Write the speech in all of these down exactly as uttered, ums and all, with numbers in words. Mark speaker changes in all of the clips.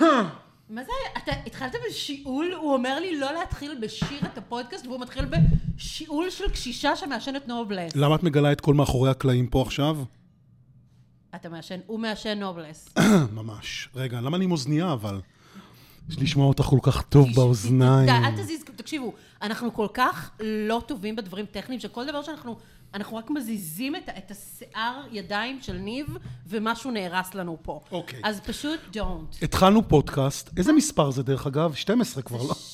Speaker 1: מה זה היה? אתה התחלת בשיעול, הוא אומר לי לא להתחיל בשיר את הפודקאסט, והוא מתחיל בשיעול של קשישה שמעשנת נובלס.
Speaker 2: למה את מגלה את כל מאחורי הקלעים פה עכשיו?
Speaker 1: אתה מעשן, הוא מעשן נובלס.
Speaker 2: ממש. רגע, למה אני עם אוזנייה אבל? יש לשמוע אותך כל כך טוב באוזניים.
Speaker 1: אל תזיז, תקשיבו, אנחנו כל כך לא טובים בדברים טכניים, שכל דבר שאנחנו, אנחנו רק מזיזים את, את השיער ידיים של ניב, ומשהו נהרס לנו פה.
Speaker 2: אוקיי.
Speaker 1: אז פשוט don't.
Speaker 2: התחלנו פודקאסט. איזה מספר זה דרך אגב? שתים עשרה כבר, לא?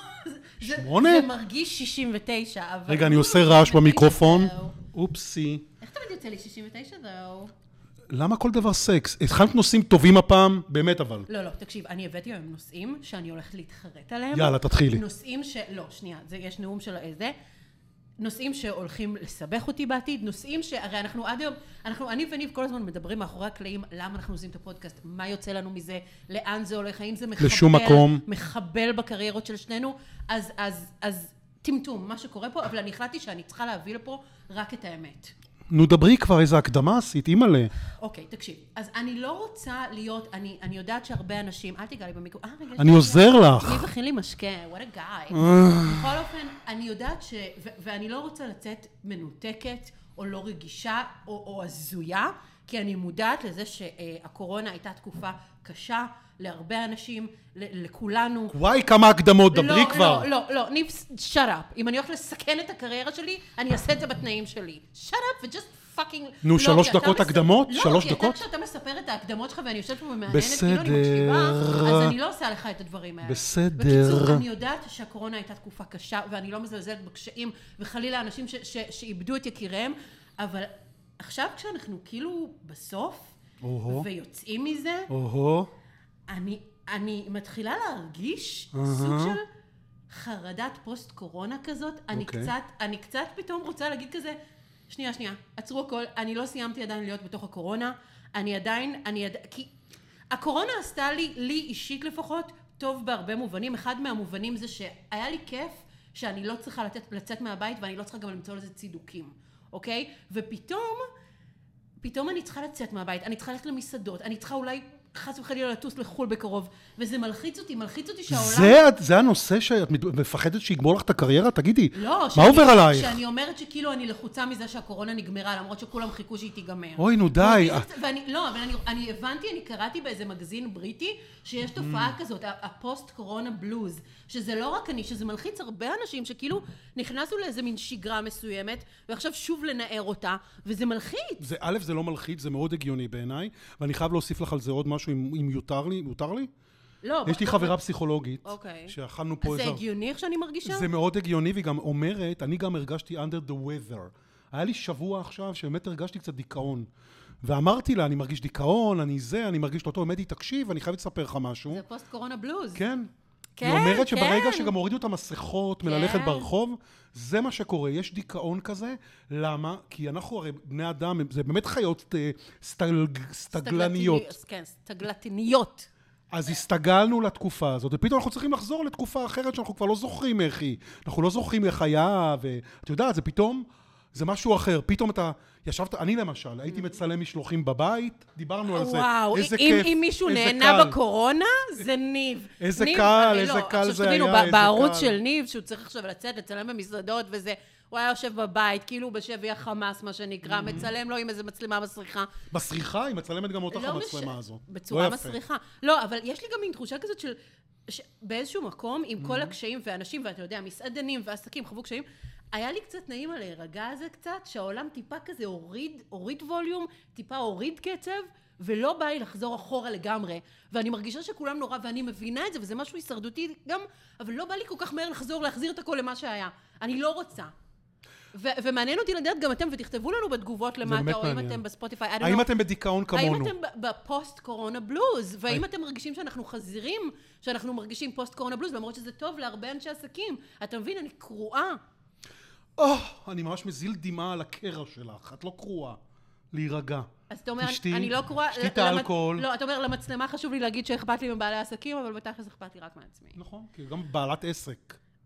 Speaker 2: שמונה?
Speaker 1: זה מרגיש שישים ותשע, אבל...
Speaker 2: רגע, אני עושה רעש במיקרופון. אופסי.
Speaker 1: איך תמיד יוצא לי שישים ותשע זהו?
Speaker 2: למה כל דבר סקס? התחלת נושאים טובים הפעם, באמת אבל.
Speaker 1: לא, לא, תקשיב, אני הבאתי היום נושאים שאני הולכת להתחרט עליהם.
Speaker 2: יאללה, תתחילי.
Speaker 1: נושאים ש... לא, שנייה, זה, יש נאום של איזה. נושאים שהולכים לסבך אותי בעתיד, נושאים שהרי אנחנו עד היום, אנחנו, אני וניב כל הזמן מדברים מאחורי הקלעים, למה אנחנו עושים את הפודקאסט, מה יוצא לנו מזה, לאן זה הולך, האם זה מחבל,
Speaker 2: לשום מקום.
Speaker 1: מחבל בקריירות של שנינו, אז, אז, אז טמטום, מה שקורה פה, אבל אני החלטתי שאני צריכה להביא לפה רק את האמת.
Speaker 2: נו, דברי כבר, איזה הקדמה עשית, אימא'לה.
Speaker 1: אוקיי, תקשיב. אז אני לא רוצה להיות, אני, אני יודעת שהרבה אנשים, אל תיגע לי במיקרו, אה, רגע.
Speaker 2: אני עוזר לך.
Speaker 1: מי בכין לי משקה, what a guy. בכל אופן, אני יודעת ש, ו, ואני לא רוצה לצאת מנותקת, או לא רגישה, או, או הזויה, כי אני מודעת לזה שהקורונה הייתה תקופה קשה להרבה אנשים, לכולנו.
Speaker 2: וואי, כמה הקדמות, דברי
Speaker 1: לא,
Speaker 2: כבר.
Speaker 1: לא, לא, לא, ניב, shut up. אם אני הולכת לסכן את הקריירה שלי, אני אעשה את זה בתנאים שלי. shut up ו-just fucking...
Speaker 2: נו, שלוש דקות הקדמות? שלוש דקות?
Speaker 1: לא, כי אתה כשאתה מספר את ההקדמות שלך, ואני יושבת פה ומעניינת, כאילו אני מקשיבה, אז אני לא עושה לך את הדברים האלה.
Speaker 2: בסדר.
Speaker 1: בקיצור, אני יודעת שהקורונה הייתה תקופה קשה, ואני לא מזלזלת בקשיים, וחלילה אנשים שאיבדו את יקיריהם, אבל עכשיו כשאנחנו כאילו בסוף, ויוצאים מזה, אני, אני מתחילה להרגיש סוג של חרדת פוסט קורונה כזאת. אני קצת, אני קצת פתאום רוצה להגיד כזה, שנייה, שנייה, עצרו הכל, אני לא סיימתי עדיין להיות בתוך הקורונה, אני עדיין, אני עדיין, כי הקורונה עשתה לי, לי אישית לפחות, טוב בהרבה מובנים. אחד מהמובנים זה שהיה לי כיף שאני לא צריכה לצאת, לצאת מהבית, ואני לא צריכה גם למצוא לזה צידוקים, אוקיי? ופתאום, פתאום אני צריכה לצאת מהבית, אני צריכה ללכת למסעדות, אני צריכה אולי חס וחלילה לטוס לחול בקרוב, וזה מלחיץ אותי, מלחיץ אותי שהעולם...
Speaker 2: זה, זה הנושא שאת מפחדת שיגמור לך את הקריירה? תגידי,
Speaker 1: לא,
Speaker 2: מה עובר עלייך?
Speaker 1: שאני אומרת שכאילו אני לחוצה מזה שהקורונה נגמרה, למרות שכולם חיכו שהיא תיגמר.
Speaker 2: אוי, נו די.
Speaker 1: ואני, לא, אבל אני, אני הבנתי, אני קראתי באיזה מגזין בריטי, שיש תופעה כזאת, הפוסט קורונה בלוז, שזה לא רק אני, שזה מלחיץ הרבה אנשים שכאילו נכנסו לאיזה מין שגרה מסוימת, ועכשיו שוב לנער אותה, וזה מלחיץ.
Speaker 2: זה, א', זה לא מלחיץ, זה מאוד הגיוני בעיניי, ואני חייב להוסיף לך על זה עוד משהו, אם, אם יותר לי, יותר לי?
Speaker 1: לא.
Speaker 2: יש לי חברה פסיכולוגית,
Speaker 1: אוקיי.
Speaker 2: שאכלנו פה
Speaker 1: איזה... זה הגיוני איך שאני מרגישה?
Speaker 2: זה מאוד הגיוני, והיא גם אומרת, אני גם הרגשתי under the weather. היה לי שבוע עכשיו שבאמת הרגשתי קצת דיכאון. ואמרתי לה, אני מרגיש דיכאון, אני זה, אני מרגיש לא טוב, מדי, תקשיב, אני חייב לספר לך משהו.
Speaker 1: זה פוסט קורונה בלוז.
Speaker 2: כן.
Speaker 1: כן,
Speaker 2: היא אומרת
Speaker 1: כן.
Speaker 2: שברגע שגם הורידו את המסכות
Speaker 1: כן.
Speaker 2: מללכת ברחוב, זה מה שקורה, יש דיכאון כזה. למה? כי אנחנו הרי בני אדם, זה באמת חיות סטל... סטגלניות.
Speaker 1: כן, סטגלטניות.
Speaker 2: אז הסתגלנו לתקופה הזאת, ופתאום אנחנו צריכים לחזור לתקופה אחרת שאנחנו כבר לא זוכרים איך היא. אנחנו לא זוכרים איך היה, ואת יודעת, זה פתאום, זה משהו אחר. פתאום אתה ישבת, אני למשל, הייתי מצלם משלוחים בבית, דיברנו על זה.
Speaker 1: וואו,
Speaker 2: איזה
Speaker 1: אם,
Speaker 2: כיף,
Speaker 1: אם מישהו
Speaker 2: איזה
Speaker 1: נהנה
Speaker 2: קל.
Speaker 1: בקורונה, זה ניב.
Speaker 2: איזה
Speaker 1: ניב,
Speaker 2: קל,
Speaker 1: לא,
Speaker 2: איזה קל זה
Speaker 1: שתבינו,
Speaker 2: היה, איזה
Speaker 1: בערוץ
Speaker 2: קל.
Speaker 1: של ניב, שהוא צריך עכשיו לצאת, לצלם במסעדות וזה, הוא היה יושב בבית, כאילו בשבי החמאס, מה שנקרא, מצלם לו עם איזה מצלמה מסריחה.
Speaker 2: מסריחה? היא מצלמת גם אותך
Speaker 1: לא
Speaker 2: המצלמה
Speaker 1: מש...
Speaker 2: הזאת.
Speaker 1: בצורה מסריחה. לא, אבל יש לי גם מין תחושה כזאת של... באיזשהו מקום, עם כל הקשיים ואנשים, ואתה יודע, מסעדנים ועסקים חוו קשיים, היה לי קצת נעים על להירגע הזה קצת, שהעולם טיפה כזה הוריד, הוריד ווליום, טיפה הוריד קצב, ולא בא לי לחזור אחורה לגמרי. ואני מרגישה שכולם נורא, ואני מבינה את זה, וזה משהו הישרדותי גם, אבל לא בא לי כל כך מהר לחזור, להחזיר את הכל למה שהיה. אני לא רוצה. ו- ומעניין אותי לדעת גם אתם, ותכתבו לנו בתגובות למטה, או אם אתם בספוטיפיי.
Speaker 2: האם אתם בדיכאון כמונו?
Speaker 1: האם אתם בפוסט קורונה בלוז? והאם אתם מרגישים שאנחנו חזירים, שאנחנו מרגישים פוסט קורונה בלוז, למרות שזה טוב להרבה אנשי עסקים? אתה מבין, אני קרואה.
Speaker 2: או, אני ממש מזיל דמעה על הקרע שלך. את לא קרואה. להירגע.
Speaker 1: אז אתה אומר,
Speaker 2: תשתי,
Speaker 1: אני לא קרואה...
Speaker 2: תשתי את האלכוהול.
Speaker 1: לא, אתה אומר, למצלמה חשוב לי להגיד שאכפת לי מבעלי העסקים, אבל בתכלס אכפת לי רק מעצמי.
Speaker 2: נכון, כי גם בעלת עסק.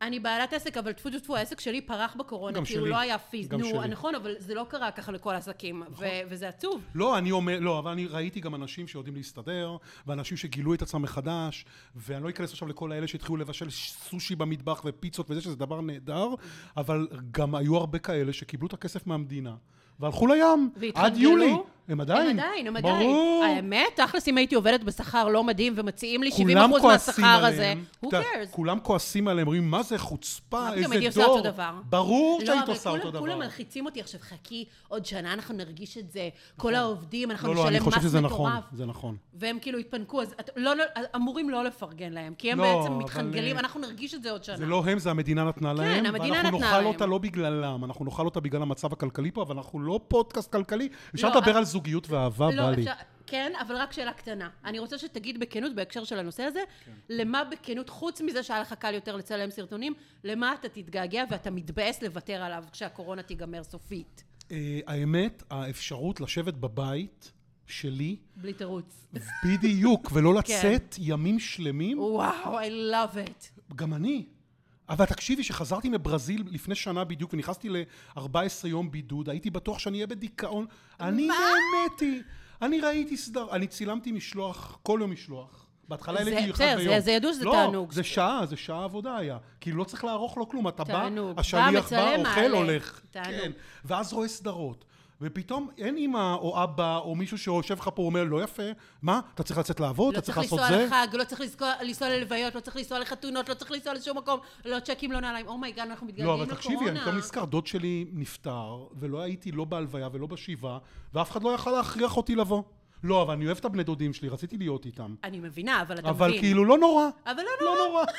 Speaker 1: אני בעלת עסק, אבל תפו תפו, העסק שלי פרח בקורונה,
Speaker 2: גם
Speaker 1: כאילו
Speaker 2: שלי.
Speaker 1: לא היה פיז.
Speaker 2: גם
Speaker 1: נו,
Speaker 2: שלי.
Speaker 1: נכון, אבל זה לא קרה ככה לכל העסקים, ו- וזה עצוב.
Speaker 2: לא, אני אומר, לא, אבל אני ראיתי גם אנשים שיודעים להסתדר, ואנשים שגילו את עצמם מחדש, ואני לא אכנס עכשיו לכל האלה שהתחילו לבשל סושי במטבח ופיצות וזה, שזה דבר נהדר, אבל גם היו הרבה כאלה שקיבלו את הכסף מהמדינה, והלכו לים, עד יולי. הם עדיין.
Speaker 1: הם עדיין, הם עדיין.
Speaker 2: ברור.
Speaker 1: האמת, תכלס אם הייתי עובדת בשכר לא מדהים, ומציעים לי שבעים אחוז מהשכר הזה, who cares?
Speaker 2: כולם כועסים עליהם, אומרים, מה זה חוצפה, איזה דור.
Speaker 1: הייתי עושה אותו דבר.
Speaker 2: ברור
Speaker 1: לא,
Speaker 2: שהיית
Speaker 1: אבל
Speaker 2: עושה אותו
Speaker 1: כולם-
Speaker 2: דבר.
Speaker 1: כולם מלחיצים אותי עכשיו, חכי, עוד שנה אנחנו נרגיש את זה, כל העובדים, אנחנו
Speaker 2: לא, לא, אני
Speaker 1: נשלם
Speaker 2: חושב
Speaker 1: מס
Speaker 2: שזה נכון,
Speaker 1: מטורף.
Speaker 2: זה נכון.
Speaker 1: והם כאילו התפנקו, אז את- לא- לא- אמורים לא לפרגן להם, כי הם
Speaker 2: לא,
Speaker 1: בעצם
Speaker 2: אבל,
Speaker 1: מתחנגלים,
Speaker 2: אה,
Speaker 1: אנחנו נרגיש את זה עוד שנה.
Speaker 2: זה לא הם, זה המדינה נתנה להם.
Speaker 1: המדינה
Speaker 2: ואנחנו
Speaker 1: נתנה
Speaker 2: נאכל
Speaker 1: להם.
Speaker 2: אותה לא בגללם, אנחנו נאכל אותה בגלל המצב הכלכלי פה, אבל אנחנו לא פודקאסט כלכלי. אפשר
Speaker 1: לא,
Speaker 2: לדבר
Speaker 1: אבל-
Speaker 2: על זוגיות ואהבה,
Speaker 1: לא,
Speaker 2: בא לי.
Speaker 1: אפשר, כן, אבל רק שאלה קטנה. אני רוצה שתגיד בכנות בהקשר של הנושא הזה, למה בכנות, חוץ מזה שהיה לך קל יותר לצלם סרטונים, למה אתה תתגעגע ואתה מתבאס לוותר עליו כשהקורונה תיגמר סופית?
Speaker 2: אה, האמת, האפשרות לשבת בבית שלי,
Speaker 1: בלי תירוץ.
Speaker 2: בדיוק, ולא לצאת ימים שלמים,
Speaker 1: וואו, I love it.
Speaker 2: גם אני. אבל תקשיבי, שחזרתי מברזיל לפני שנה בדיוק, ונכנסתי ל-ארבעה עשר יום בידוד, הייתי בטוח שאני אהיה בדיכאון. אני נהניתי. אני ראיתי סדר, אני צילמתי משלוח, כל יום משלוח. בהתחלה
Speaker 1: זה-
Speaker 2: העליתי אחד
Speaker 1: בסדר,
Speaker 2: ביום.
Speaker 1: זה- זה ידוע שזה
Speaker 2: לא,
Speaker 1: תענוג.
Speaker 2: זה שעה, זה שעה עבודה היה. כאילו לא צריך לערוך לו כלום, אתה בא,
Speaker 1: תענוג. בא,
Speaker 2: השליח
Speaker 1: מצלם,
Speaker 2: בא, אוכל,
Speaker 1: מעלה.
Speaker 2: הולך.
Speaker 1: תענוג.
Speaker 2: כן. ואז רואה סדרות. ופתאום אין אמא או אבא או מישהו שיושב לך פה ואומר, לא יפה, מה? אתה צריך לצאת לעבוד,
Speaker 1: לא
Speaker 2: אתה צריך
Speaker 1: צריך
Speaker 2: לעשות
Speaker 1: לנסוע
Speaker 2: זה?
Speaker 1: לחג, לא צריך לנסוע- לנסוע ללוויות, לא צריך לנסוע לחתונות, לא צריך לנסוע לשום מקום, לא צ'קים, לא נעליים. אומייגאד, אנחנו
Speaker 2: לא,
Speaker 1: מתגעגעים
Speaker 2: אבל
Speaker 1: לקורונה.
Speaker 2: תקשיבי, אני פתאום נזכר, דוד שלי נפטר, ולא הייתי לא בהלוויה ולא בשבעה, ואף אחד לא יכל להכריח אותי לבוא. לא, אבל אני אוהב את הבני דודים שלי, רציתי להיות איתם.
Speaker 1: אני מבינה, אבל אתה
Speaker 2: אבל
Speaker 1: מבין.
Speaker 2: כאילו, לא נורא.
Speaker 1: אבל לא
Speaker 2: לא
Speaker 1: נורא.
Speaker 2: נורא.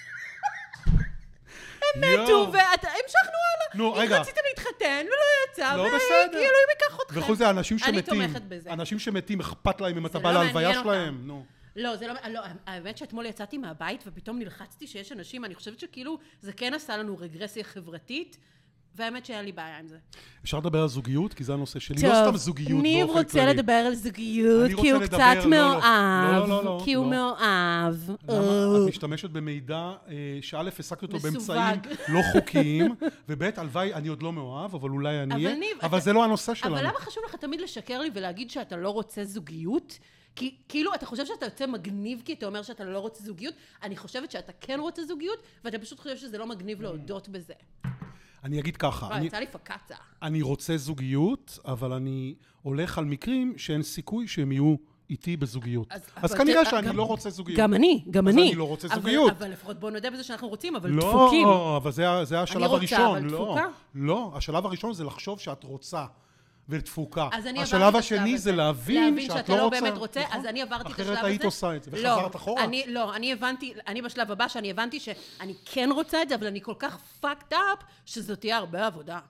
Speaker 1: הם מתו, והמשכנו הלאה.
Speaker 2: נו,
Speaker 1: אם
Speaker 2: רגע.
Speaker 1: רציתם להתחתן, ולא יצא,
Speaker 2: לא
Speaker 1: וכאילו,
Speaker 2: בסדר.
Speaker 1: אם ייקח אתכם.
Speaker 2: וחוץ זה, אנשים
Speaker 1: אני
Speaker 2: שמתים.
Speaker 1: תומכת בזה.
Speaker 2: אנשים שמתים, אכפת להם אם אתה
Speaker 1: זה
Speaker 2: בא
Speaker 1: לא
Speaker 2: להלוויה
Speaker 1: מעניין
Speaker 2: שלהם.
Speaker 1: אותם.
Speaker 2: נו.
Speaker 1: לא, זה לא, לא, האמת שאתמול יצאתי מהבית, ופתאום נלחצתי שיש אנשים, אני חושבת שכאילו, זה כן עשה לנו רגרסיה חברתית, והאמת שאין לי בעיה עם זה.
Speaker 2: אפשר לדבר על זוגיות? כי זה הנושא שלי. לא סתם זוגיות באופן כללי.
Speaker 1: ניב רוצה לדבר על זוגיות,
Speaker 2: אני
Speaker 1: כי הוא
Speaker 2: רוצה
Speaker 1: קצת
Speaker 2: לדבר, לא, לא.
Speaker 1: מאוהב.
Speaker 2: לא, לא, לא,
Speaker 1: כי הוא
Speaker 2: לא.
Speaker 1: מאוהב.
Speaker 2: למה את משתמשת במידע אה, שא' השגתי אותו
Speaker 1: מסווג.
Speaker 2: באמצעים לא חוקיים, וב' הלוואי, אני עוד לא מאוהב, אבל אולי אני
Speaker 1: אבל
Speaker 2: אהיה,
Speaker 1: ניב,
Speaker 2: אבל
Speaker 1: אתה-
Speaker 2: זה לא הנושא שלנו.
Speaker 1: אבל למה חשוב לך תמיד לשקר לי ולהגיד שאתה לא רוצה זוגיות? כי כאילו, אתה חושב שאתה יוצא מגניב כי אתה אומר שאתה לא רוצה זוגיות? אני חושבת שאתה כן רוצה זוגיות, ואתה פשוט חושב שזה לא מגניב להודות בזה.
Speaker 2: אני אגיד ככה,
Speaker 1: וואי,
Speaker 2: אני-
Speaker 1: יצא לי פקצה.
Speaker 2: אני רוצה זוגיות, אבל אני הולך על מקרים שאין סיכוי שהם יהיו איתי בזוגיות.
Speaker 1: אז-
Speaker 2: אז
Speaker 1: אבל
Speaker 2: כנראה
Speaker 1: ת-
Speaker 2: שאני
Speaker 1: גם-
Speaker 2: לא רוצה זוגיות.
Speaker 1: גם אני, גם
Speaker 2: אז
Speaker 1: אני.
Speaker 2: אני לא רוצה
Speaker 1: אבל-
Speaker 2: זוגיות.
Speaker 1: אבל לפחות בוא נודה בזה שאנחנו רוצים, אבל
Speaker 2: לא,
Speaker 1: דפוקים.
Speaker 2: אבל זה, זה השלב
Speaker 1: רוצה,
Speaker 2: הראשון.
Speaker 1: אבל
Speaker 2: לא,
Speaker 1: תפוקה?
Speaker 2: לא, השלב הראשון זה לחשוב שאת רוצה. ודפוקה.
Speaker 1: אז אני
Speaker 2: השלב
Speaker 1: עברתי את השלב
Speaker 2: השני
Speaker 1: הזה.
Speaker 2: זה להבין
Speaker 1: להבין
Speaker 2: שאת
Speaker 1: שאתה
Speaker 2: לא
Speaker 1: לא
Speaker 2: רוצה.
Speaker 1: באמת רוצה,
Speaker 2: נכון?
Speaker 1: אז אני עברתי את השלב הזה.
Speaker 2: אחרת היית עושה את זה,
Speaker 1: לא,
Speaker 2: וחזרת אחורה.
Speaker 1: אני, לא, אני הבנתי, אני בשלב הבא שאני הבנתי שאני כן רוצה את זה, אבל אני כל כך fucked up, שזאת תהיה הרבה עבודה.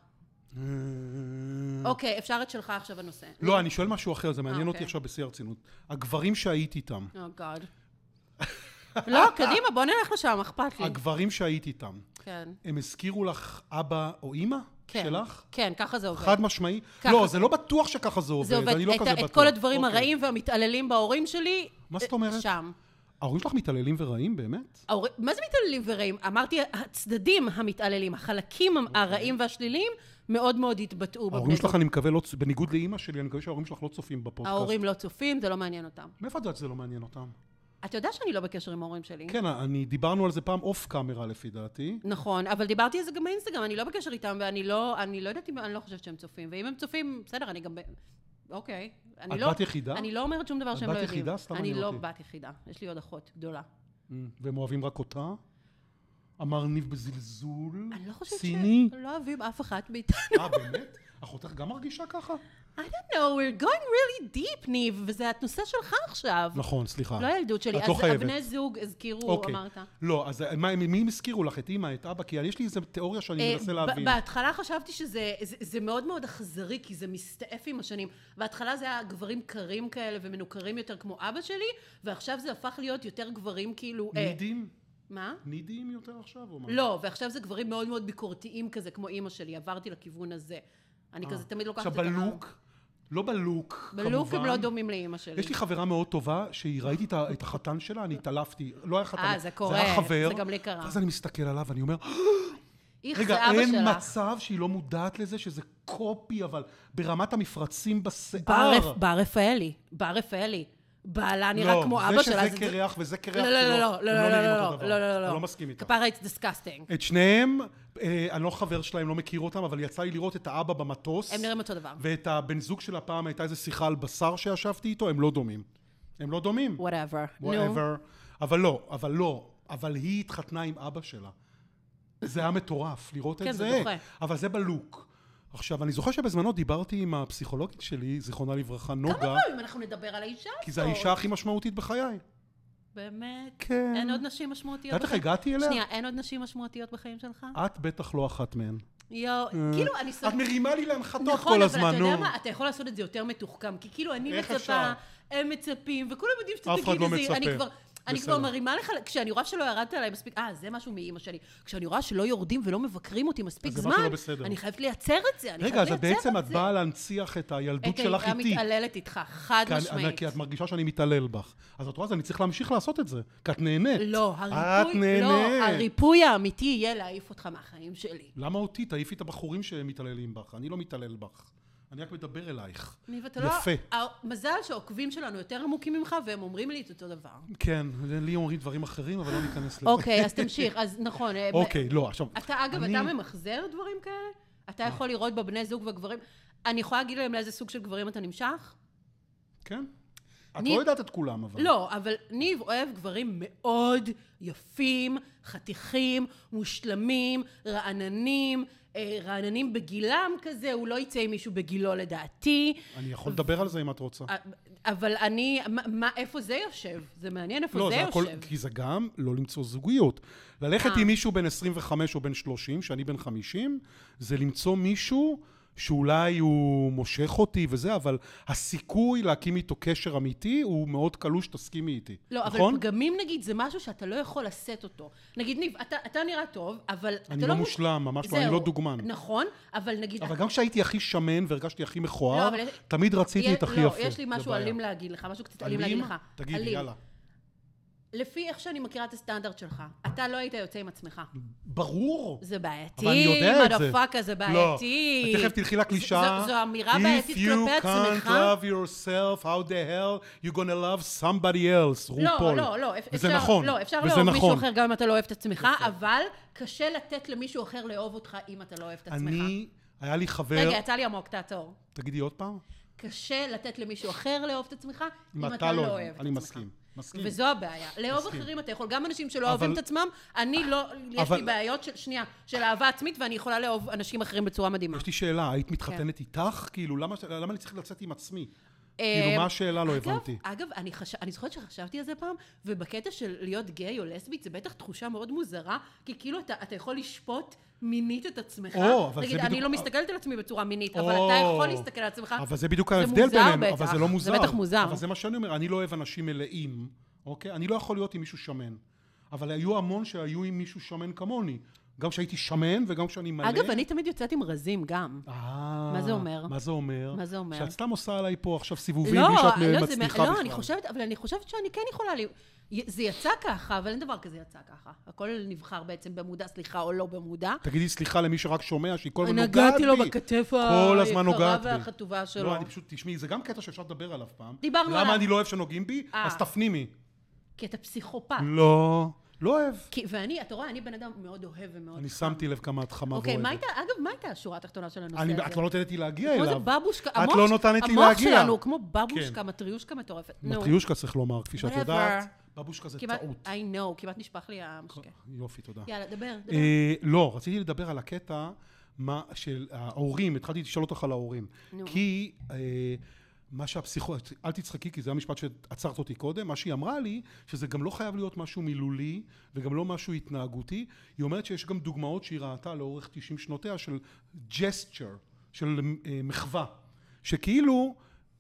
Speaker 1: אוקיי, אפשר את שלך עכשיו הנושא.
Speaker 2: לא, אני שואל משהו אחר, זה מעניין אותי
Speaker 1: אוקיי.
Speaker 2: עכשיו בשיא הרצינות. הגברים שהיית איתם,
Speaker 1: Oh God. לא, קדימה, בוא נלך לשם, אכפת לי.
Speaker 2: הגברים שהיית איתם,
Speaker 1: כן.
Speaker 2: הם הזכירו לך אבא או אמא
Speaker 1: כן.
Speaker 2: שלך?
Speaker 1: כן, ככה זה עובד.
Speaker 2: חד משמעי?
Speaker 1: ככה
Speaker 2: לא,
Speaker 1: זה-
Speaker 2: זה לא בטוח שככה זה עובד,
Speaker 1: זה עובד,
Speaker 2: אני לא
Speaker 1: את,
Speaker 2: כזה
Speaker 1: את
Speaker 2: בטוח.
Speaker 1: כל הדברים
Speaker 2: אוקיי.
Speaker 1: הרעים והמתעללים בהורים שלי,
Speaker 2: מה זאת אומרת?
Speaker 1: שם.
Speaker 2: ההורים שלך מתעללים ורעים, באמת?
Speaker 1: ההורים, מה זה מתעללים ורעים? אמרתי, הצדדים המתעללים, החלקים הרעים והשליליים, מאוד מאוד התבטאו.
Speaker 2: ההורים
Speaker 1: בבני
Speaker 2: שלך,
Speaker 1: זוג.
Speaker 2: אני מקווה, לא, בניגוד לאמא שלי, אני מקווה שההורים שלך לא צופים בפודקאסט.
Speaker 1: ההורים לא צופים, זה לא מעניין אותם.
Speaker 2: מאיפה את יודעת שזה לא מעניין אותם?
Speaker 1: אתה יודע שאני לא בקשר עם ההורים שלי.
Speaker 2: כן, אני דיברנו על זה פעם אוף קאמרה לפי דעתי.
Speaker 1: נכון, אבל דיברתי על זה גם באינסטגרם, אני לא בקשר איתם, ואני לא, אני לא יודעת אם, אני לא חושבת שהם צופים. ואם הם צופים, בסדר, אני גם ב... אוקיי. אני
Speaker 2: את
Speaker 1: לא,
Speaker 2: בת יחידה?
Speaker 1: אני לא אומרת שום דבר
Speaker 2: את
Speaker 1: שהם
Speaker 2: בת
Speaker 1: לא יודעים.
Speaker 2: יחידה? סתם
Speaker 1: אני
Speaker 2: מעניין
Speaker 1: לא
Speaker 2: אותי.
Speaker 1: בת יחידה, יש לי עוד אחות גדולה.
Speaker 2: והם אוהבים רק אותה? אמר ניב בזלזול?
Speaker 1: אני לא חושבת
Speaker 2: ציני?
Speaker 1: שהם לא אוהבים אף אחת מאיתנו.
Speaker 2: אה, באמת? אחותך גם מרגישה ככה?
Speaker 1: I don't know, we're going really deep, ניב, וזה הנושא שלך עכשיו.
Speaker 2: נכון, סליחה.
Speaker 1: לא הילדות שלי.
Speaker 2: את לא
Speaker 1: אז
Speaker 2: חייבת.
Speaker 1: הבני זוג הזכירו,
Speaker 2: אוקיי.
Speaker 1: אמרת.
Speaker 2: לא, אז מה, מי הם הזכירו לך? את אמא, את אבא? כי יש לי איזו תיאוריה שאני
Speaker 1: אה,
Speaker 2: מנסה
Speaker 1: ב-
Speaker 2: להבין.
Speaker 1: בהתחלה חשבתי שזה זה, זה מאוד מאוד אכזרי, כי זה מסתעף עם השנים. בהתחלה זה היה גברים קרים כאלה ומנוכרים יותר כמו אבא שלי, ועכשיו זה הפך להיות יותר גברים כאילו... אה,
Speaker 2: נידים?
Speaker 1: מה?
Speaker 2: נידים יותר עכשיו או מה?
Speaker 1: לא, ועכשיו זה גברים מאוד מאוד ביקורתיים כזה, כמו אימא שלי, עברתי לכיוון הזה. אני כזה תמיד לוקחת את
Speaker 2: עכשיו
Speaker 1: ה...
Speaker 2: בלוק, לא בלוק, כמובן.
Speaker 1: בלוק הם לא דומים לאמא שלי.
Speaker 2: יש לי חברה מאוד טובה, שהיא ראיתי את החתן שלה, אני התעלפתי, לא היה חתן,
Speaker 1: אה, זה קורה,
Speaker 2: זה היה חבר.
Speaker 1: זה גם לי קרה.
Speaker 2: ואז אני מסתכל עליו ואני אומר,
Speaker 1: איך,
Speaker 2: רגע,
Speaker 1: זה אבא
Speaker 2: אין
Speaker 1: שלך.
Speaker 2: מצב שהיא לא מודעת לזה, שזה קופי, אבל ברמת המפרצים בשיער.
Speaker 1: בר, בר רפאלי, בר רפאלי. בעלה נראה
Speaker 2: לא,
Speaker 1: כמו אבא שלה.
Speaker 2: זה שזה קרח וזה קרח,
Speaker 1: לא, לא, לא, לא, לא, לא, לא, לא, לא, לא,
Speaker 2: אני לא מסכים איתה.
Speaker 1: כפרה, it's disgusting.
Speaker 2: את שניהם, אה, אני לא חבר שלהם, לא מכיר אותם, אבל יצא לי לראות את האבא במטוס.
Speaker 1: הם נראים אותו דבר.
Speaker 2: ואת הבן זוג של הפעם הייתה איזו שיחה על בשר שישבתי איתו, הם לא דומים. הם לא דומים.
Speaker 1: whatever.
Speaker 2: whatever. אבל לא, אבל לא. אבל היא התחתנה עם אבא שלה. זה היה מטורף, לראות את זה.
Speaker 1: כן, זה דוחה.
Speaker 2: אבל זה בלוק. עכשיו, אני זוכר שבזמנו דיברתי עם הפסיכולוגית שלי, זיכרונה לברכה, נוגה.
Speaker 1: כמה פעמים אנחנו נדבר על האישה הזאת?
Speaker 2: כי זו האישה הכי משמעותית בחיי.
Speaker 1: באמת?
Speaker 2: כן.
Speaker 1: אין עוד נשים משמעותיות
Speaker 2: יודעת איך הגעתי אליה?
Speaker 1: שנייה, אין עוד נשים משמעותיות בחיים שלך?
Speaker 2: את בטח לא אחת מהן.
Speaker 1: יואו, כאילו אני...
Speaker 2: את מרימה לי להנחתות
Speaker 1: נכון,
Speaker 2: כל
Speaker 1: אבל
Speaker 2: הזמן,
Speaker 1: אתה
Speaker 2: נו.
Speaker 1: יודע מה? אתה יכול לעשות את זה יותר מתוחכם, כי כאילו אני
Speaker 2: איך
Speaker 1: מצפה,
Speaker 2: אפשר?
Speaker 1: הם מצפים, וכולם יודעים שאתה
Speaker 2: אף אחד
Speaker 1: תגיד
Speaker 2: לא
Speaker 1: את זה.
Speaker 2: מצפה.
Speaker 1: אני כבר... אני
Speaker 2: בסדר.
Speaker 1: כבר מרימה לך, כשאני רואה שלא ירדת עליי מספיק, אה, זה משהו מאמא שלי. כשאני רואה שלא יורדים ולא מבקרים אותי מספיק
Speaker 2: אז זה משהו
Speaker 1: זמן,
Speaker 2: לא בסדר.
Speaker 1: אני חייבת לייצר את זה, אני
Speaker 2: רגע,
Speaker 1: חייבת
Speaker 2: אז
Speaker 1: לייצר
Speaker 2: בעצם
Speaker 1: את
Speaker 2: את
Speaker 1: זה.
Speaker 2: באה להנציח את הילדות שלך
Speaker 1: את
Speaker 2: איתי.
Speaker 1: מתעללת איתך, חד
Speaker 2: כי אני-
Speaker 1: משמעית.
Speaker 2: כי את מרגישה שאני מתעלל בך. אז את רואה, אז אני צריך להמשיך לעשות את זה. כי את נהנית.
Speaker 1: לא,
Speaker 2: את
Speaker 1: הריפוי, לא,
Speaker 2: נהנית.
Speaker 1: הריפוי האמיתי יהיה להעיף אותך מהחיים שלי.
Speaker 2: למה אותי? תעיפי את הבחורים שמתעללים בך. אני לא מתעלל בך. אני רק מדבר אלייך.
Speaker 1: ניב, אתה לא...
Speaker 2: יפה.
Speaker 1: מזל שהעוקבים שלנו יותר עמוקים ממך, והם אומרים לי את אותו דבר.
Speaker 2: כן, לי אומרים דברים אחרים, אבל לא ניכנס לזה.
Speaker 1: אוקיי, אז תמשיך. אז נכון.
Speaker 2: אוקיי, לא, עכשיו...
Speaker 1: אתה, אגב,
Speaker 2: אני-
Speaker 1: אתה ממחזר דברים כאלה? אתה יכול לראות בבני זוג וגברים... אני יכולה להגיד להם לאיזה סוג של גברים אתה נמשך?
Speaker 2: כן? את
Speaker 1: ניב-
Speaker 2: לא יודעת את כולם, אבל...
Speaker 1: לא, אבל ניב אוהב גברים מאוד יפים, חתיכים, מושלמים, רעננים, אה, רעננים בגילם כזה, הוא לא יצא עם מישהו בגילו לדעתי.
Speaker 2: אני יכול לדבר על זה אם את רוצה.
Speaker 1: אה, אבל אני, מה, מה, איפה זה יושב? זה מעניין איפה
Speaker 2: לא,
Speaker 1: זה
Speaker 2: זה הכל,
Speaker 1: יושב.
Speaker 2: כי זה גם לא למצוא זוגיות. ללכת
Speaker 1: אה.
Speaker 2: עם מישהו בן עשרים וחמש או בן שלושים, שאני בן חמישים, זה למצוא מישהו שאולי הוא מושך אותי וזה, אבל הסיכוי להקים איתו קשר אמיתי הוא מאוד קלוש, תסכימי איתי.
Speaker 1: לא, אבל
Speaker 2: נכון?
Speaker 1: פגמים נגיד זה משהו שאתה לא יכול לשאת אותו. נגיד ניב, אתה, אתה נראה טוב, אבל אתה
Speaker 2: אני
Speaker 1: לא...
Speaker 2: לא
Speaker 1: מוש-
Speaker 2: מושלם, ממש לא,
Speaker 1: זהו,
Speaker 2: אני לא דוגמן.
Speaker 1: נכון, אבל נגיד...
Speaker 2: אבל גם כשהייתי הכי שמן והרגשתי הכי מכוער,
Speaker 1: לא, אבל יש-
Speaker 2: תמיד רציתי את הכי
Speaker 1: לא,
Speaker 2: יפה.
Speaker 1: יש לי
Speaker 2: זה
Speaker 1: משהו
Speaker 2: בעיה.
Speaker 1: אלים להגיד לך, משהו קצת אלים להגיד
Speaker 2: אלים?
Speaker 1: לך.
Speaker 2: תגידי,
Speaker 1: אלים.
Speaker 2: יאללה.
Speaker 1: לפי איך שאני מכירה את הסטנדרט שלך, אתה לא היית יוצא עם עצמך.
Speaker 2: ברור.
Speaker 1: זה בעייתי,
Speaker 2: אבל אני יודע את זה.
Speaker 1: מדפקה, זה בעייתי.
Speaker 2: לא, תכף תלכי לקלישה.
Speaker 1: זו- זו אמירה בעייתית כלפי עצמך.
Speaker 2: If you can't love yourself, how the hell you gonna love somebody else,
Speaker 1: לא,
Speaker 2: רופול.
Speaker 1: לא, לא.
Speaker 2: וזה
Speaker 1: אפשר-
Speaker 2: נכון.
Speaker 1: לא, אפשר
Speaker 2: וזה
Speaker 1: לאהוב מישהו
Speaker 2: נכון.
Speaker 1: אחר גם אם אתה לא אוהב את עצמך, אבל קשה לתת למישהו אחר לאהוב אותך אם אתה לא אוהב את עצמך.
Speaker 2: אני, היה לי חבר...
Speaker 1: רגע, יצא לי עמוק, תעצור.
Speaker 2: תגידי עוד פעם.
Speaker 1: קשה לתת למישהו אחר לאהוב את עצמך,
Speaker 2: אם
Speaker 1: אם
Speaker 2: אתה
Speaker 1: אתה
Speaker 2: לא
Speaker 1: לא
Speaker 2: אוהב.
Speaker 1: אוהב את
Speaker 2: אני
Speaker 1: עצמך.
Speaker 2: מסכים. מסכים.
Speaker 1: וזו הבעיה. לאהוב
Speaker 2: מסכים.
Speaker 1: אחרים אתה יכול, גם אנשים שלא
Speaker 2: אבל-
Speaker 1: אוהבים את עצמם, אני לא, יש
Speaker 2: אבל-
Speaker 1: לי בעיות של, שנייה, של אהבה עצמית, ואני יכולה לאהוב אנשים אחרים בצורה מדהימה.
Speaker 2: יש לי שאלה, היית
Speaker 1: כן.
Speaker 2: מתחתנת איתך? כאילו, למה למה אני צריך לצאת עם עצמי?
Speaker 1: אה,
Speaker 2: כאילו, מה השאלה? לא
Speaker 1: אגב-
Speaker 2: הבנתי.
Speaker 1: אגב, אני, חש... אני זוכרת שחשבתי על זה פעם, ובקטע של להיות גיי או לסבית, זה בטח תחושה מאוד מוזרה, כי כאילו אתה, אתה יכול לשפוט מינית את עצמך.
Speaker 2: או, אבל
Speaker 1: נגיד,
Speaker 2: זה
Speaker 1: אני
Speaker 2: בדיוק-
Speaker 1: לא מסתכלת על עצמי בצורה מינית, אבל
Speaker 2: או.
Speaker 1: אתה יכול להסתכל על עצמך.
Speaker 2: אבל זה בדיוק
Speaker 1: זה
Speaker 2: ההבדל
Speaker 1: מוזר
Speaker 2: בינינו,
Speaker 1: בטח,
Speaker 2: אבל זה לא מוזר.
Speaker 1: זה בטח מוזר.
Speaker 2: אבל זה מה שאני אומר, אני לא אוהב אנשים מלאים, אוקיי? אני לא יכול להיות עם מישהו שמן. אבל היו המון שהיו עם מישהו שמן כמוני. גם כשהייתי שמן וגם כשאני מלא.
Speaker 1: אגב, אני תמיד יוצאת עם רזים גם.
Speaker 2: אה,
Speaker 1: מה זה אומר?
Speaker 2: מה זה אומר?
Speaker 1: מה זה אומר?
Speaker 2: שאת סתם עושה עליי פה עכשיו סיבובים
Speaker 1: לא,
Speaker 2: בלי שאת
Speaker 1: לא, זה,
Speaker 2: מצליחה בכלל.
Speaker 1: לא, אני חושבת, אבל אני חושבת שאני כן יכולה, לי, זה יצא ככה, אבל אין דבר כזה יצא ככה. הכל נבחר בעצם במודע, סליחה, או לא במודע.
Speaker 2: תגידי סליחה למי שרק שומע שהיא כל הזמן נוגעת בי.
Speaker 1: נגעתי לו בכתף
Speaker 2: כל הזמן
Speaker 1: היקרה
Speaker 2: נוגעת בי.
Speaker 1: והחטובה שלו.
Speaker 2: לא, אני פשוט, תשמעי, זה גם קטע שאפשר לדבר עליו פעם.
Speaker 1: דיברנו עליו.
Speaker 2: למה אני לא אוהב שנוגעים בי?
Speaker 1: אה.
Speaker 2: אז תפנימי.
Speaker 1: כי אתה פסיכופת.
Speaker 2: לא, לא אוהב.
Speaker 1: כי, ואני, אתה רואה, אני בן אדם מאוד אוהב ומאוד
Speaker 2: אני
Speaker 1: חם.
Speaker 2: שמתי לב כמה את חמה
Speaker 1: אוקיי,
Speaker 2: ואוהבת.
Speaker 1: מה הייתה, אגב, מה הייתה השורה התחתונה של הנושא
Speaker 2: אני-
Speaker 1: הזה?
Speaker 2: את לא נותנת לי להגיע
Speaker 1: כמו זה
Speaker 2: אליו.
Speaker 1: בבושקה,
Speaker 2: את
Speaker 1: המוח-
Speaker 2: לא נותנת לי
Speaker 1: המוח
Speaker 2: להגיע.
Speaker 1: שלנו הוא כמו בבושקה, מטריושקה מטורפת. נו.
Speaker 2: מטריושקה צריך לומר, כפי שאת
Speaker 1: Whatever.
Speaker 2: יודעת. בבושקה זה
Speaker 1: כמעט-
Speaker 2: טעות.
Speaker 1: I know, כמעט נשפך לי המשקה.
Speaker 2: יופי, תודה.
Speaker 1: יאללה, דבר, דבר.
Speaker 2: אה, לא, רציתי לדבר על הקטע מה- של ההורים, התחלתי לשאול אותך על ההורים.
Speaker 1: נו.
Speaker 2: כי אה, מה שהפסיכו... אל תצחקי, כי זה המשפט שעצרת אותי קודם, מה שהיא אמרה לי, שזה גם לא חייב להיות משהו מילולי, וגם לא משהו התנהגותי. היא אומרת שיש גם דוגמאות שהיא ראתה לאורך תשעים שנותיה של ג'סטשר, של אה, מחווה. שכאילו,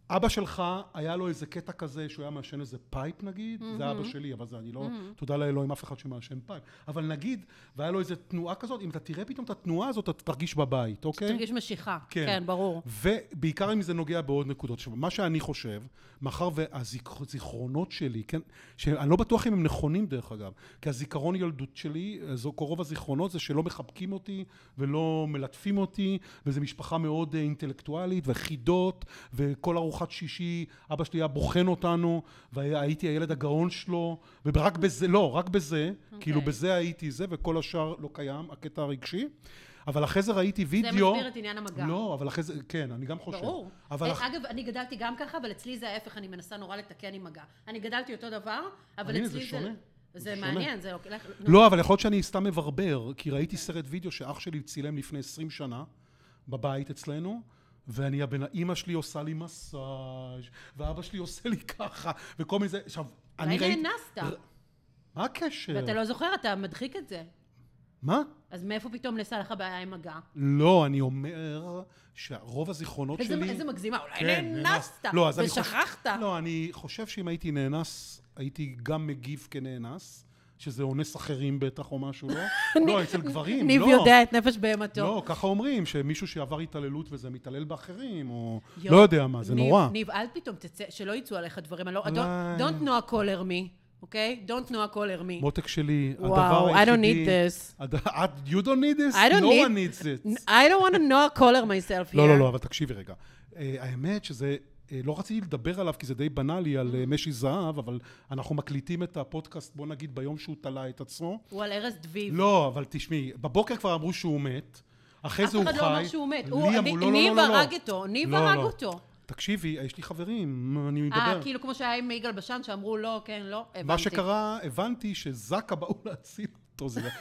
Speaker 2: אבא שלך, היה לו איזה קטע כזה, שהוא היה מעשן איזה פייפ נגיד, mm-hmm. זה אבא שלי, אבל זה אני לא, mm-hmm. תודה לאלוהים אף אחד שמעשן פייפ, אבל נגיד, והיה לו איזה תנועה כזאת, אם אתה תראה פתאום את התנועה הזאת, אתה תרגיש בבית, אוקיי?
Speaker 1: תרגיש משיכה, כן, כן ברור.
Speaker 2: ובעיקר אם זה נוגע בעוד נקודות. עכשיו, מה שאני חושב, מאחר והזיכרונות שלי, כן, שאני לא בטוח אם הם נכונים דרך אגב, כי הזיכרון ילדות שלי, זו קרוב הזיכרונות, זה שלא מחבקים אותי ולא מלטפים אותי, וזו משפחה מאוד אינטלקטואלית וחידות, וכל ארוחת שישי, אבא שלי היה בוחן אותנו, והייתי הילד הגאון שלו, ורק בזה, לא, רק בזה, okay. כאילו בזה הייתי זה, וכל השאר לא קיים, הקטע הרגשי. אבל אחרי זה ראיתי וידאו...
Speaker 1: זה מסביר את עניין המגע.
Speaker 2: לא, אבל אחרי זה, כן, אני גם חושב.
Speaker 1: ברור. אבל אח... אגב, אני גדלתי גם ככה, אבל אצלי זה ההפך, אני מנסה נורא לתקן עם מגע. אני גדלתי אותו דבר, אבל אצלי זה... זה שונה. זה, זה מעניין, זה לא...
Speaker 2: לא, אבל יכול להיות שאני סתם מברבר, כי ראיתי סרט וידאו שאח שלי צילם לפני עשרים שנה, בבית אצלנו, ואני הבן... אמא שלי עושה לי מסאז', ואבא שלי עושה לי ככה, וכל מיני זה... עכשיו, אני ראיתי...
Speaker 1: אולי נאנסת.
Speaker 2: מה הקשר?
Speaker 1: ואתה לא זוכר, אתה מדחיק את זה.
Speaker 2: מה?
Speaker 1: אז מאיפה פתאום נעשה לך בעיה עם מגע?
Speaker 2: לא, אני אומר שרוב הזיכרונות
Speaker 1: איזה,
Speaker 2: שלי...
Speaker 1: איזה מגזימה, אולי
Speaker 2: כן,
Speaker 1: נאנסת,
Speaker 2: לא,
Speaker 1: ושכחת.
Speaker 2: חושב, לא, אני חושב שאם הייתי נאנס, הייתי גם מגיב כנאנס, שזה אונס אחרים בטח או משהו, לא? לא, אצל גברים,
Speaker 1: ניב
Speaker 2: לא.
Speaker 1: ניב יודע את נפש בהמתו.
Speaker 2: לא, ככה אומרים, שמישהו שעבר התעללות וזה מתעלל באחרים, או... לא יודע מה, זה נורא.
Speaker 1: ניב, אל פתאום תצא, שלא יצאו עליך דברים, don't know a caller me. אוקיי? Don't know a caller me.
Speaker 2: מותק שלי,
Speaker 1: הדבר היחידי... I don't need this.
Speaker 2: You don't need this?
Speaker 1: I don't
Speaker 2: no
Speaker 1: need...
Speaker 2: one needs it.
Speaker 1: I don't want to know a caller myself here.
Speaker 2: לא, לא, לא, אבל תקשיבי רגע. האמת שזה... לא רציתי לדבר עליו, כי זה די בנאלי על משי זהב, אבל אנחנו מקליטים את הפודקאסט, בוא נגיד, ביום שהוא תלה את עצמו.
Speaker 1: הוא על ארז דביב.
Speaker 2: לא, אבל תשמעי, בבוקר כבר אמרו שהוא מת, אחרי זה הוא חי.
Speaker 1: אף אחד לא אמר שהוא מת.
Speaker 2: ניב
Speaker 1: הרג אותו, ניב הרג אותו.
Speaker 2: תקשיבי, יש לי חברים, אני מדבר.
Speaker 1: אה, כאילו כמו שהיה עם יגאל בשן, שאמרו לא, כן, לא, הבנתי.
Speaker 2: מה שקרה, הבנתי שזקה באו להציל אותו, זה...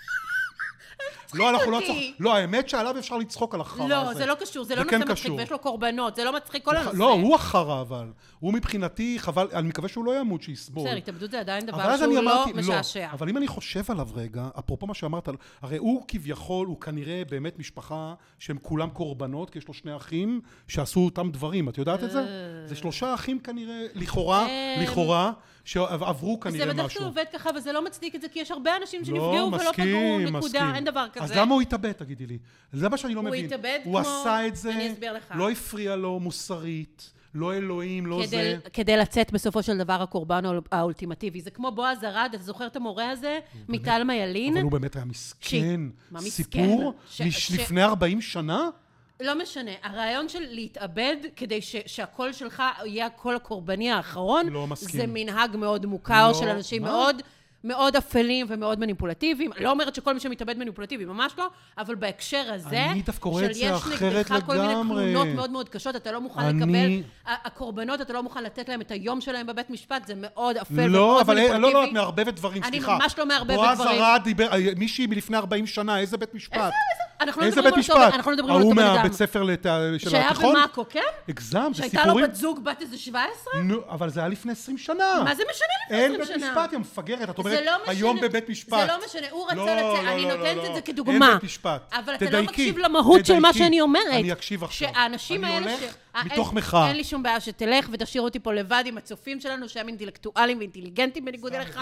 Speaker 2: לא, אנחנו לא צוחקים. לא, האמת שעליו אפשר לצחוק על החרא הזה.
Speaker 1: לא, זה לא קשור, זה לא נושא מצחיק, ויש לו קורבנות, זה לא מצחיק כל הנושא.
Speaker 2: לא, הוא החרא אבל. הוא מבחינתי, חבל, אני מקווה שהוא לא ימות, שיסבול.
Speaker 1: בסדר, התאבדות זה עדיין דבר שהוא לא משעשע.
Speaker 2: אבל אם אני חושב עליו רגע, אפרופו מה שאמרת, הרי הוא כביכול, הוא כנראה באמת משפחה שהם כולם קורבנות, כי יש לו שני אחים שעשו אותם דברים, את יודעת את זה? זה שלושה אחים כנראה, לכאורה, לכאורה, שעברו כנראה משהו.
Speaker 1: זה בדרך כלל עובד ככה, וזה לא מצדיק את זה, כי יש הרבה אנשים שנפגעו ולא פגעו, נקודה, אין דבר כזה.
Speaker 2: אז למה הוא התאבד, תגידי לי? זה מה שאני לא מבין.
Speaker 1: הוא התאבד כמו...
Speaker 2: הוא עשה את זה,
Speaker 1: אני אסביר לך.
Speaker 2: לא הפריע לו מוסרית, לא אלוהים, לא זה.
Speaker 1: כדי לצאת בסופו של דבר הקורבן האולטימטיבי. זה כמו בועז ארד, אתה זוכר את המורה הזה? מתלמה ילין?
Speaker 2: אבל הוא באמת היה מסכן. סיפור לפני ארבעים שנה?
Speaker 1: לא משנה, הרעיון של להתאבד כדי ש- שהקול שלך יהיה הקול הקורבני האחרון,
Speaker 2: לא מסכים.
Speaker 1: זה מנהג מאוד מוכר
Speaker 2: לא,
Speaker 1: של אנשים
Speaker 2: מה?
Speaker 1: מאוד, מאוד אפלים ומאוד מניפולטיביים. לא אומרת שכל מי שמתאבד מניפולטיבי, ממש לא, אבל בהקשר הזה,
Speaker 2: אני דווקא רואה את זה אחרת
Speaker 1: של יש נגדך כל מיני
Speaker 2: לגמרי.
Speaker 1: תלונות מאוד מאוד קשות, אתה לא מוכן
Speaker 2: אני...
Speaker 1: לקבל, הקורבנות, אתה לא מוכן לתת להם את היום שלהם בבית משפט, זה מאוד אפל
Speaker 2: לא,
Speaker 1: ומאוד
Speaker 2: אבל
Speaker 1: מניפולטיבי.
Speaker 2: לא, לא, את מערבבת דברים,
Speaker 1: אני
Speaker 2: סליחה.
Speaker 1: ממש לא מערבבת
Speaker 2: בועז
Speaker 1: דברים.
Speaker 2: ארד דיבר, מישהי מלפני ארבעים שנה, איזה בית משפט? איזה,
Speaker 1: אנחנו לא
Speaker 2: איזה
Speaker 1: מדברים
Speaker 2: בית
Speaker 1: על
Speaker 2: משפט?
Speaker 1: אותו, אנחנו לא מדברים על אותו בן אדם.
Speaker 2: ההוא מהבית ספר לת... של
Speaker 1: שהיה
Speaker 2: התיכון?
Speaker 1: במאקו, כן?
Speaker 2: הגזם, זה
Speaker 1: שהייתה
Speaker 2: סיפורים.
Speaker 1: לו בת זוג בת איזה שבע עשרה?
Speaker 2: נו, אבל זה היה לפני עשרים שנה.
Speaker 1: מה זה משנה לפני עשרים שנה?
Speaker 2: אין בית משפט, היא מפגרת. את אומרת,
Speaker 1: לא
Speaker 2: היום
Speaker 1: משנה,
Speaker 2: בבית משפט.
Speaker 1: זה לא משנה, הוא רצה
Speaker 2: לא,
Speaker 1: לצאת,
Speaker 2: לא,
Speaker 1: אני
Speaker 2: לא,
Speaker 1: נותנת
Speaker 2: לא,
Speaker 1: את
Speaker 2: לא.
Speaker 1: זה כדוגמה.
Speaker 2: אין בית משפט.
Speaker 1: אבל אתה
Speaker 2: תדייקי,
Speaker 1: לא מקשיב למהות של מה שאני אומרת.
Speaker 2: אני אקשיב עכשיו.
Speaker 1: שהאנשים
Speaker 2: אני
Speaker 1: האלה
Speaker 2: הולך
Speaker 1: ש...
Speaker 2: מתוך
Speaker 1: אין,
Speaker 2: מחאה.
Speaker 1: אין לי שום בעיה שתלך ותשאיר אותי פה לבד עם הצופים שלנו, שהם אינטלקטואלים ואינטליגנטים בניגוד אליך.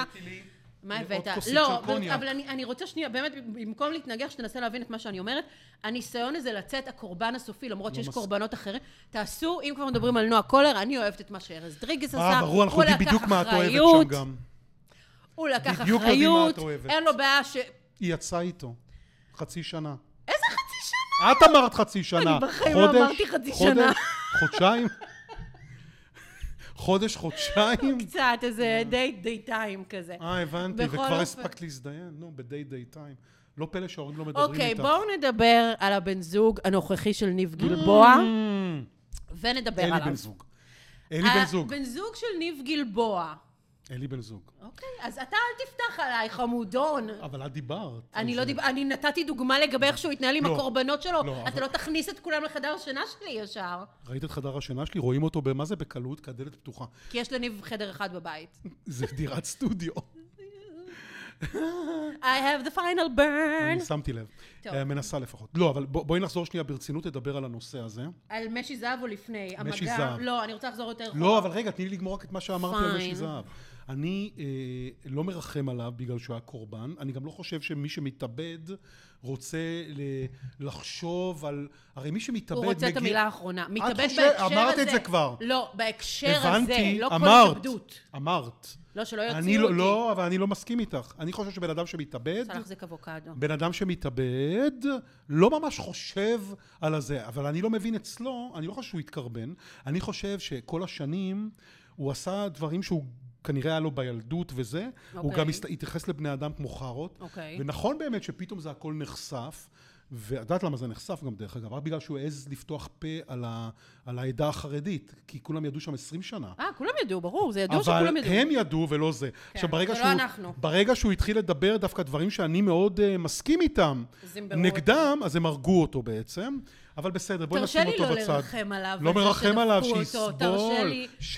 Speaker 1: מה הבאת? לא, אבל אני, אני רוצה שנייה, באמת, במקום להתנגח, שתנסה להבין את מה שאני אומרת, הניסיון הזה לצאת הקורבן הסופי, למרות שיש קורבנות אחרים, תעשו, אם כבר מדברים על נועה קולר, אני אוהבת את מה שארז דריגס עשה,
Speaker 2: אה, ברור, אנחנו יודעים בדיוק מה את אוהבת שם גם.
Speaker 1: הוא לקח אחריות, אין לו בעיה ש...
Speaker 2: היא יצאה איתו, חצי שנה.
Speaker 1: איזה חצי שנה?
Speaker 2: את אמרת חצי שנה.
Speaker 1: אני בחיים לא אמרתי חצי שנה.
Speaker 2: חודשיים? חודש, חודשיים?
Speaker 1: קצת, איזה די די טיים כזה.
Speaker 2: אה, הבנתי, וכבר הספקת להזדיין, נו, בדי די טיים. לא פלא שההורים לא מדברים איתך.
Speaker 1: אוקיי, בואו נדבר על הבן זוג הנוכחי של ניב גלבוע, ונדבר עליו.
Speaker 2: אלי בן זוג. אלי בן זוג.
Speaker 1: הבן זוג של ניב גלבוע.
Speaker 2: אלי בן זוג.
Speaker 1: אוקיי, אז אתה אל תפתח עליי, חמודון.
Speaker 2: אבל את דיברת.
Speaker 1: אני לא דיבר, אני נתתי דוגמה לגבי איך שהוא התנהל עם הקורבנות שלו. אתה לא תכניס את כולם לחדר השינה שלי ישר.
Speaker 2: ראית את חדר השינה שלי? רואים אותו במה זה בקלות, כדלת פתוחה.
Speaker 1: כי יש לניב חדר אחד בבית.
Speaker 2: זה דירת סטודיו.
Speaker 1: I have the final burn.
Speaker 2: אני שמתי לב. מנסה לפחות. לא, אבל בואי נחזור שנייה ברצינות לדבר על הנושא הזה.
Speaker 1: על משי זהב או לפני?
Speaker 2: משי זהב.
Speaker 1: לא, אני רוצה לחזור יותר.
Speaker 2: לא, אבל רגע, תני לי לגמור רק את מה שאמרתי על משי זהב. אני לא מרחם עליו בגלל שהוא היה קורבן. אני גם לא חושב שמי שמתאבד רוצה לחשוב על... הרי מי שמתאבד...
Speaker 1: הוא רוצה את המילה האחרונה. מתאבד בהקשר הזה...
Speaker 2: אמרת את זה כבר.
Speaker 1: לא, בהקשר הזה, לא כל התאבדות.
Speaker 2: אמרת.
Speaker 1: לא, שלא יוציאו אותי.
Speaker 2: לא, אבל אני לא מסכים איתך. אני חושב שבן אדם שמתאבד...
Speaker 1: צריך להחזיק אבוקדו.
Speaker 2: בן אדם שמתאבד לא ממש חושב על הזה, אבל אני לא מבין אצלו, אני לא חושב שהוא יתקרבן. אני חושב שכל השנים הוא עשה דברים שהוא... כנראה היה לו בילדות וזה, okay. הוא גם התייחס לבני אדם כמו חרות, okay. ונכון באמת שפתאום זה הכל נחשף, וידעת למה זה נחשף גם דרך אגב, רק בגלל שהוא העז לפתוח פה על, ה, על העדה החרדית, כי כולם ידעו שם עשרים שנה.
Speaker 1: אה, כולם ידעו, ברור, זה ידעו שכולם ידעו.
Speaker 2: אבל הם ידעו ולא זה.
Speaker 1: כן,
Speaker 2: עכשיו, ברגע
Speaker 1: ולא
Speaker 2: שהוא,
Speaker 1: אנחנו.
Speaker 2: ברגע שהוא התחיל לדבר דווקא דברים שאני מאוד uh, מסכים איתם, נגדם, אז הם הרגו אותו בעצם. אבל בסדר, בואי נשים אותו בצד.
Speaker 1: תרשה לי לא לרחם עליו.
Speaker 2: לא מרחם עליו, שיסבול,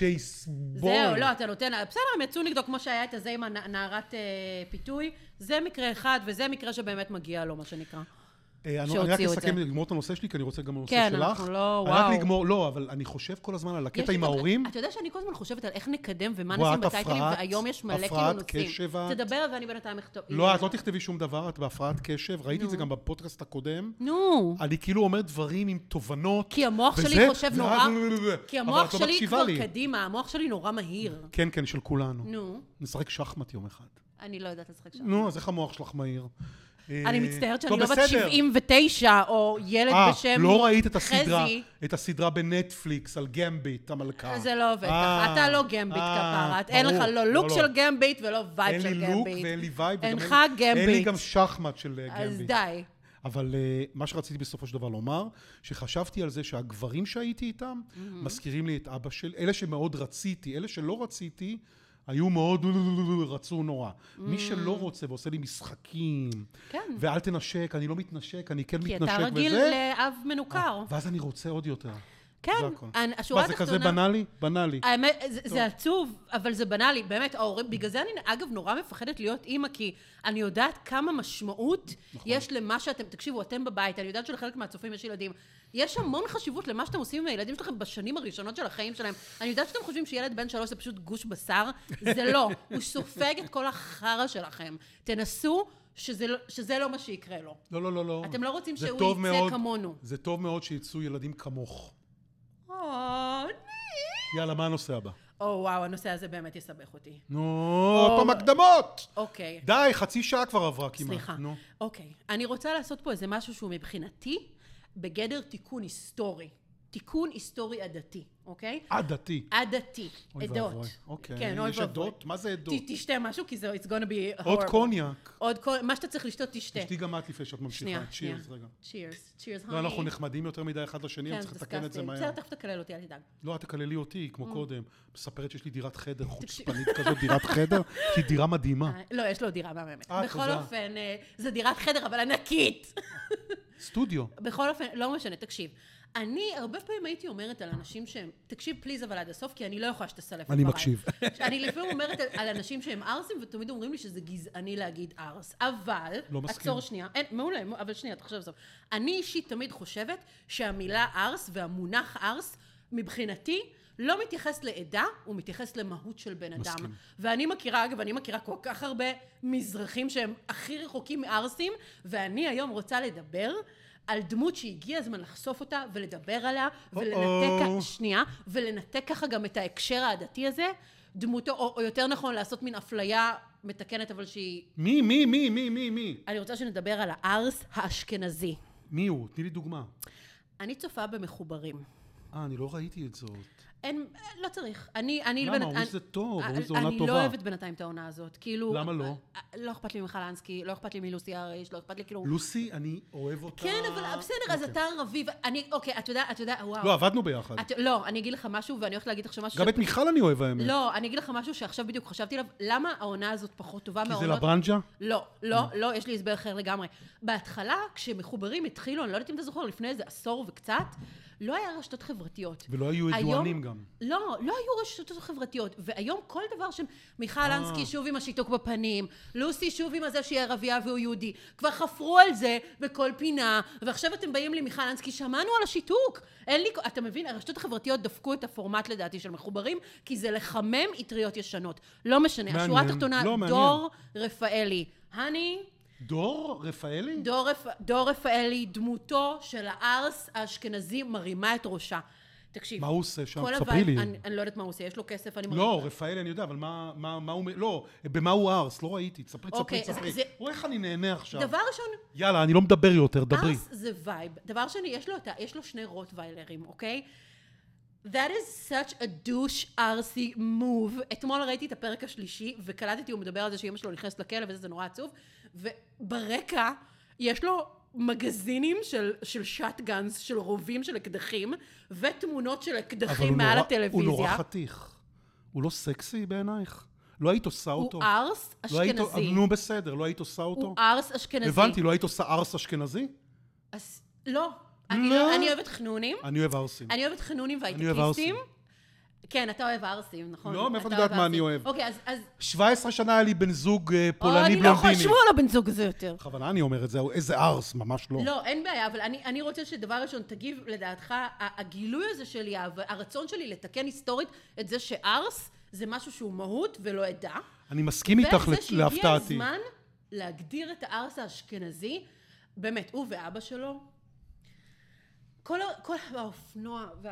Speaker 2: שיסבול.
Speaker 1: זהו, לא, אתה נותן, בסדר, הם יצאו נגדו כמו שהיה את הזה עם הנערת פיתוי. זה מקרה אחד, וזה מקרה שבאמת מגיע לו, מה שנקרא.
Speaker 2: אני רק אסכם לגמור את הנושא שלי, כי אני רוצה גם הנושא שלך.
Speaker 1: כן, אנחנו לא, וואו.
Speaker 2: רק לגמור, לא, אבל אני חושב כל הזמן על הקטע עם ההורים.
Speaker 1: אתה יודע שאני כל הזמן חושבת על איך נקדם ומה נשים בטייטלים, והיום יש מלא כאילו נושאים. תדבר ואני בינתיים אכתוב.
Speaker 2: לא, את לא תכתבי שום דבר, את בהפרעת קשב. ראיתי את זה גם בפודקאסט הקודם.
Speaker 1: נו.
Speaker 2: אני כאילו אומר דברים עם תובנות.
Speaker 1: כי המוח שלי חושב נורא, כי המוח שלי כבר קדימה, המוח שלי נורא מהיר.
Speaker 2: כן, כן, של כולנו.
Speaker 1: נו.
Speaker 2: נשחק שחמט יום אחד.
Speaker 1: אני לא יודעת לשחק שחמט.
Speaker 2: נו, אז איך המוח שלך מהיר?
Speaker 1: אני מצטערת שאני לא בת שבעים ותשע, או ילד בשם חזי.
Speaker 2: לא ראית את הסדרה, את הסדרה בנטפליקס על גמביט, המלכה.
Speaker 1: זה לא עובד ככה, אתה לא גמביט כפרה, אין לך לא לוק של גמביט ולא וייב של גמביט.
Speaker 2: אין לי לוק ואין לי וייב,
Speaker 1: אינך גמביט.
Speaker 2: אין לי גם שחמט של גמביט.
Speaker 1: אז די.
Speaker 2: אבל מה שרציתי בסופו של דבר לומר, שחשבתי על זה שהגברים שהייתי איתם, מזכירים לי את אבא של, אלה שמאוד רציתי, אלה שלא רציתי, היו מאוד רצו נורא. מי שלא רוצה ועושה לי משחקים, ואל תנשק, אני לא מתנשק, אני כן מתנשק וזה.
Speaker 1: כי אתה רגיל לאב מנוכר.
Speaker 2: ואז אני רוצה עוד יותר.
Speaker 1: כן,
Speaker 2: מה, זה כזה בנאלי? בנאלי.
Speaker 1: האמת, זה עצוב, אבל זה בנאלי. באמת, ההורים, בגלל זה אני, אגב, נורא מפחדת להיות אימא, כי אני יודעת כמה משמעות יש למה שאתם, תקשיבו, אתם בבית, אני יודעת שלחלק מהצופים יש ילדים, יש המון חשיבות למה שאתם עושים עם הילדים שלכם בשנים הראשונות של החיים שלהם. אני יודעת שאתם חושבים שילד בן שלוש זה פשוט גוש בשר, זה לא. הוא סופג את כל החרא שלכם. תנסו שזה לא, שזה לא מה שיקרה לו.
Speaker 2: לא, לא, לא, לא.
Speaker 1: אתם לא רוצים שהוא יצא כמונו.
Speaker 2: זה טוב מאוד שיצאו ילדים כמוך.
Speaker 1: או,
Speaker 2: יאללה, מה הנושא הבא?
Speaker 1: או, וואו, הנושא הזה באמת יסבך אותי.
Speaker 2: נו, עוד פעם הקדמות!
Speaker 1: אוקיי.
Speaker 2: די, חצי שעה כבר עברה כמעט.
Speaker 1: סליחה. אוקיי. אני רוצה לעשות פה איזה משהו שהוא מבחינתי בגדר תיקון היסטורי. תיקון היסטורי עדתי, אוקיי?
Speaker 2: עדתי.
Speaker 1: עדתי. עדות.
Speaker 2: אוקיי.
Speaker 1: כן, אוי
Speaker 2: יש עדות? מה זה עדות?
Speaker 1: תשתה משהו, כי זה, it's gonna be horrible.
Speaker 2: עוד קוניאק.
Speaker 1: עוד קוניאק. מה שאתה צריך לשתות, תשתה.
Speaker 2: תשתי גם את לפני שאת ממשיכה. צ'ירס, רגע.
Speaker 1: צ'ירס. צ'ירס,
Speaker 2: לא, אנחנו נחמדים יותר מדי אחד לשני, אני צריך לתקן את זה מהר.
Speaker 1: בסדר, תכף תקלל אותי, אל תדאג.
Speaker 2: לא, את תקללי אותי, כמו קודם. מספרת שיש לי דירת חדר, חוצפנית כזאת, דירת חדר, שהיא דירה מדהימה.
Speaker 1: לא, יש לו דירה מהממת. בכל אופן, זה דירת חדר, אבל ענקית.
Speaker 2: סטודיו.
Speaker 1: בכל אופן, לא משנה, תקשיב. אני הרבה פעמים הייתי אומרת על אנשים שהם, תקשיב פליז אבל עד הסוף, כי אני לא יכולה שתסלף את דבריי.
Speaker 2: אני מקשיב.
Speaker 1: אני לפעמים אומרת על אנשים שהם ארסים, ותמיד אומרים לי שזה גזעני להגיד ארס. אבל,
Speaker 2: לא מסכים.
Speaker 1: עצור שנייה, אין, מעולה, אבל שנייה, תחשב בסוף. אני אישית תמיד חושבת שהמילה ארס והמונח ארס, מבחינתי, לא מתייחס לעדה, הוא מתייחס למהות של בן אדם. מסכים. ואני מכירה, אגב, אני מכירה כל כך הרבה מזרחים שהם הכי רחוקים מארסים, ואני היום רוצה לדבר על דמות שהגיע הזמן לחשוף אותה ולדבר עליה, ולנתק, שנייה, ולנתק ככה גם את ההקשר העדתי הזה, דמותו, או, או יותר נכון לעשות מין אפליה מתקנת, אבל שהיא...
Speaker 2: מי, מי, מי, מי, מי, מי?
Speaker 1: אני רוצה שנדבר על הארס האשכנזי.
Speaker 2: מי הוא? תני לי דוגמה.
Speaker 1: אני צופה במחוברים.
Speaker 2: אה, אני לא ראיתי את זאת.
Speaker 1: אין, לא צריך. אני, אני...
Speaker 2: למה? אומרים שזה טוב, אומרים שזה עונה טובה.
Speaker 1: אני לא אוהבת בינתיים את העונה הזאת. כאילו...
Speaker 2: למה לא?
Speaker 1: לא אכפת לי ממחלנסקי, לא אכפת לי מלוסי אריש, לא אכפת לי כאילו...
Speaker 2: לוסי, אני אוהב אותה...
Speaker 1: כן, אבל בסדר, אז אתה רביב... אני, אוקיי, אתה יודע, אתה יודע, וואו.
Speaker 2: לא, עבדנו ביחד.
Speaker 1: לא, אני אגיד לך משהו, ואני הולכת להגיד עכשיו משהו...
Speaker 2: גם את מיכל אני אוהב, האמת.
Speaker 1: לא, אני אגיד לך משהו שעכשיו בדיוק חשבתי עליו, למה העונה הזאת פחות טובה מהעונות...
Speaker 2: כי זה לברנג'ה?
Speaker 1: לא, לא, לא, יש לי הסבר אחר לגמרי. בהתחלה, כשמחוברים התחילו, אני לא יודעת אם אתה זוכר, לפני איזה עשור וקצת, לא היה רשתות חברתיות.
Speaker 2: ולא היו ידוענים גם.
Speaker 1: לא, לא היו רשתות חברתיות. והיום כל דבר של מיכל אנסקי שוב עם השיתוק בפנים, לוסי שוב עם הזה שהיא ערבייה והוא יהודי, כבר חפרו על זה בכל פינה, ועכשיו אתם באים לי מיכל אנסקי, שמענו על השיתוק. אין לי, אתה מבין, הרשתות החברתיות דפקו את הפורמט לדעתי של מחוברים, כי זה לחמם יטריות ישנות. לא משנה, השורה התחתונה, דור רפאלי. הני...
Speaker 2: דור רפאלי?
Speaker 1: דור, רפ... דור רפאלי, דמותו של הארס האשכנזי מרימה את ראשה. תקשיב.
Speaker 2: מה הוא עושה שם? ספרי לי.
Speaker 1: אני, אני לא יודעת מה הוא עושה, יש לו כסף, אני
Speaker 2: מרימה. לא, רפאלי אני יודע, אבל מה, מה, מה הוא... לא, במה הוא ארס? לא ראיתי. ספרי, ספרי, ספרי. זה... רואה איך אני נהנה עכשיו.
Speaker 1: דבר ראשון...
Speaker 2: יאללה, אני לא מדבר יותר, דברי.
Speaker 1: ארס זה וייב. דבר שני, יש לו, יש לו שני רוטוויילרים, אוקיי? That is such a douche arsy move. אתמול ראיתי את הפרק השלישי, וקלטתי, הוא מדבר על זה שאמא שלו נכנסת לכלא, וזה נורא עצוב. וברקע יש לו מגזינים של, של שטגנס, של רובים של אקדחים, ותמונות של אקדחים מעל נורא, הטלוויזיה.
Speaker 2: הוא נורא חתיך. הוא לא סקסי בעינייך? לא היית עושה אותו?
Speaker 1: הוא ארס אשכנזי.
Speaker 2: לא היית, נו בסדר, לא היית עושה אותו?
Speaker 1: הוא ארס אשכנזי.
Speaker 2: הבנתי, לא היית עושה ארס אשכנזי?
Speaker 1: אז לא. אני, לא. אני אוהבת חנונים.
Speaker 2: אני אוהב ארסים.
Speaker 1: אני אוהבת חנונים והייטקיסטים. כן, אתה אוהב ארסים, נכון?
Speaker 2: לא, מאיפה את יודעת מה אני אוהב?
Speaker 1: אוקיי, אז...
Speaker 2: שבע עשרה שנה היה לי בן זוג פולני בלונדיני.
Speaker 1: אני לא חשבו על הבן זוג הזה יותר.
Speaker 2: בכוונה אני אומר את זה, איזה ארס, ממש לא.
Speaker 1: לא, אין בעיה, אבל אני, אני רוצה שדבר ראשון, תגיב לדעתך, הגילוי הזה שלי, הרצון שלי לתקן היסטורית את זה שארס זה משהו שהוא מהות ולא עדה.
Speaker 2: אני מסכים איתך להפתעתי.
Speaker 1: וזה שהגיע הזמן להגדיר את הארס האשכנזי, באמת, הוא ואבא שלו, כל האופנוע וה...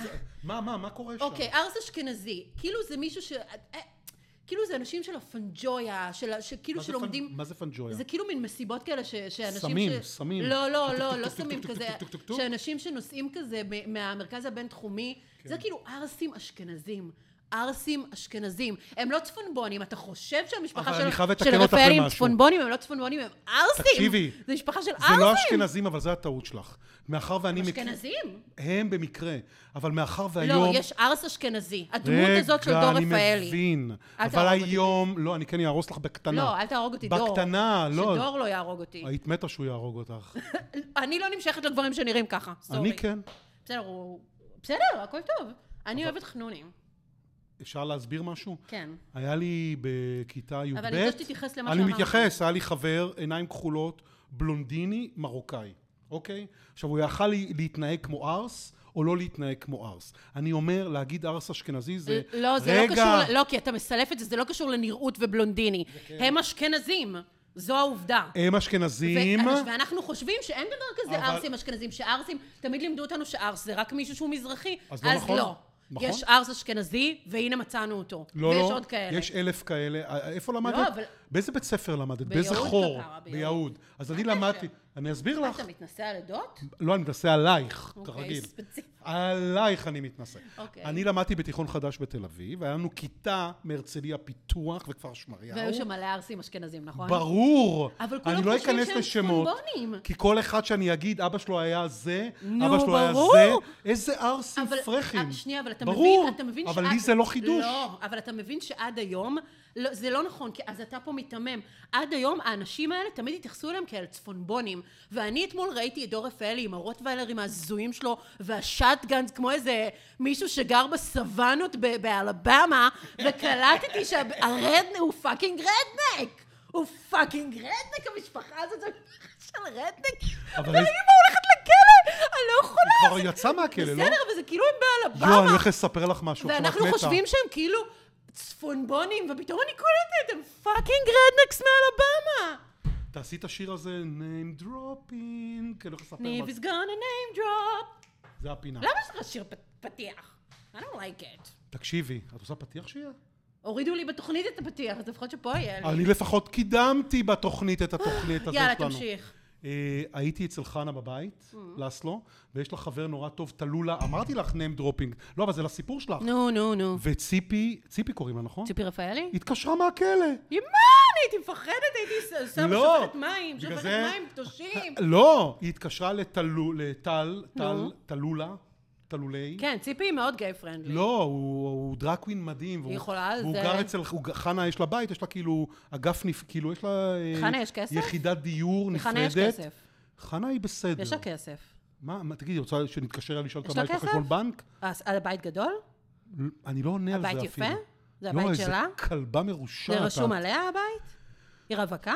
Speaker 2: מה, מה, מה קורה שם?
Speaker 1: אוקיי, ארס אשכנזי, כאילו זה מישהו ש... כאילו זה אנשים של הפנג'ויה, שכאילו שלומדים...
Speaker 2: מה זה פנג'ויה?
Speaker 1: זה כאילו מין מסיבות כאלה שאנשים...
Speaker 2: סמים, סמים.
Speaker 1: לא, לא, לא, לא סמים כזה, שאנשים שנוסעים כזה מהמרכז הבינתחומי, זה כאילו ארסים אשכנזים. ארסים אשכנזים. הם לא צפונבונים, אתה חושב שהמשפחה של רפאלי הם צפונבונים, הם לא צפונבונים, הם ארסים.
Speaker 2: תקשיבי.
Speaker 1: זה משפחה של ארסים.
Speaker 2: זה לא אשכנזים, אבל זה הטעות שלך. מאחר ואני...
Speaker 1: אשכנזים?
Speaker 2: הם במקרה, אבל מאחר והיום...
Speaker 1: לא, יש ארס אשכנזי. הדמות הזאת של דור רפאלי.
Speaker 2: רגע, אני מבין. אבל היום... לא, אני כן יהרוס לך בקטנה.
Speaker 1: לא, אל תהרוג אותי, דור.
Speaker 2: בקטנה, לא.
Speaker 1: שדור לא יהרוג אותי.
Speaker 2: היית מתה שהוא יהרוג אותך.
Speaker 1: אני לא נמשכת לגברים שנראים ככה.
Speaker 2: אני כן.
Speaker 1: בסדר, בסדר, הכל טוב. אני אוהבת חנונים.
Speaker 2: אפשר להסביר משהו?
Speaker 1: כן.
Speaker 2: היה לי בכיתה י"ב...
Speaker 1: אבל אני רוצה שתתייחס למה
Speaker 2: שאמרתי. אני מתייחס, היה לי חבר, עיניים כחולות, בלונדיני, מרוקאי. אוקיי? עכשיו, הוא יכל להתנהג כמו ארס, או לא להתנהג כמו ארס. אני אומר, להגיד ארס אשכנזי זה...
Speaker 1: לא, זה לא קשור... לא, כי אתה מסלף את זה, זה לא קשור לנראות ובלונדיני. הם אשכנזים. זו העובדה.
Speaker 2: הם אשכנזים.
Speaker 1: ואנחנו חושבים שאין דבר כזה ארסים אשכנזים, שארסים, תמיד לימדו אותנו שארס זה רק מישהו שהוא מזרחי. אז לא נכון. נכון? יש ארס אשכנזי, והנה מצאנו אותו.
Speaker 2: לא,
Speaker 1: ויש
Speaker 2: לא,
Speaker 1: עוד כאלה.
Speaker 2: יש אלף כאלה. איפה למדת?
Speaker 1: לא, אבל...
Speaker 2: באיזה בית ספר למדת? באיזה חור? ביהוד. אז אני למדתי... אני אסביר לך.
Speaker 1: אתה מתנסה על עדות?
Speaker 2: לא, אני מתנסה עלייך, כרגיל.
Speaker 1: אוקיי, ספציפי.
Speaker 2: עלייך אני מתנסה. אני למדתי בתיכון חדש בתל אביב, היה לנו כיתה מהרצליה פיתוח וכפר שמריהו.
Speaker 1: והיו שם מלא ארסים אשכנזים, נכון?
Speaker 2: ברור.
Speaker 1: אבל כולם חושבים שהם צפונבונים.
Speaker 2: כי כל אחד שאני אגיד, אבא שלו היה זה, אבא שלו היה זה, איזה ארסים פרחים.
Speaker 1: שנייה, אבל אתה מבין...
Speaker 2: ברור, אבל לי זה לא חידוש.
Speaker 1: לא, אבל אתה מבין שעד היום... לא, זה לא נכון, כי אז אתה פה מתמם. עד היום האנשים האלה תמיד התייחסו אליהם כאל צפונבונים, ואני אתמול ראיתי את דור רפאלי עם הרוטוויילרים הזויים שלו, והשאטגנס כמו איזה מישהו שגר בסוואנות באלבמה, וקלטתי שהרדנק הוא פאקינג רדנק! הוא פאקינג רדנק, המשפחה הזאת, זה משפחה של רדנק, ואמא הולכת לכלא, אני לא יכולה.
Speaker 2: כבר יצא מהכלא, לא?
Speaker 1: בסדר, אבל זה כאילו הם באלבמה.
Speaker 2: יו, אני הולך לספר לך משהו.
Speaker 1: ואנחנו חושבים שהם כאילו... צפונבונים, ופתאום אני קולטת, הם פאקינג רדנקס מאלבמה.
Speaker 2: תעשי את השיר הזה, name dropping, כאילו איך לספר מה.
Speaker 1: Neve is gonna name drop.
Speaker 2: זה הפינה.
Speaker 1: למה יש לך שיר פתיח? I don't like it.
Speaker 2: תקשיבי, את עושה פתיח שיר?
Speaker 1: הורידו לי בתוכנית את הפתיח, אז לפחות שפה יהיה לי.
Speaker 2: אני לפחות קידמתי בתוכנית את התוכנית הזאת.
Speaker 1: יאללה, תמשיך.
Speaker 2: הייתי אצל חנה בבית, לסלו, ויש לה חבר נורא טוב, תלולה, אמרתי לך name dropping, לא, אבל זה לסיפור שלך.
Speaker 1: נו, נו, נו.
Speaker 2: וציפי, ציפי קוראים לה, נכון?
Speaker 1: ציפי רפאלי?
Speaker 2: התקשרה מהכלא.
Speaker 1: ימה, אני הייתי מפחדת, הייתי שמה שופכת מים, שופכת מים קדושים.
Speaker 2: לא, היא התקשרה לטל, טל, תלולה. תלולי.
Speaker 1: כן, ציפי היא מאוד גיי פרנדלי.
Speaker 2: לא, הוא דרקווין מדהים.
Speaker 1: היא יכולה על זה.
Speaker 2: והוא גר אצל, חנה יש לה בית, יש לה כאילו אגף, כאילו יש לה...
Speaker 1: חנה יש כסף?
Speaker 2: יחידת דיור נפרדת.
Speaker 1: חנה יש כסף.
Speaker 2: חנה היא בסדר.
Speaker 1: יש לה כסף.
Speaker 2: מה, מה, תגידי, רוצה שנתקשר לה לשאול את
Speaker 1: יש לה
Speaker 2: הבית
Speaker 1: כסף?
Speaker 2: בחשבון בנק?
Speaker 1: אז על הבית גדול?
Speaker 2: אני לא עונה על זה
Speaker 1: הבית
Speaker 2: אפילו.
Speaker 1: יפה? זה
Speaker 2: לא,
Speaker 1: הבית
Speaker 2: איזה
Speaker 1: שלה?
Speaker 2: כלבה מרושעת.
Speaker 1: זה רשום
Speaker 2: את.
Speaker 1: עליה הבית? היא רווקה?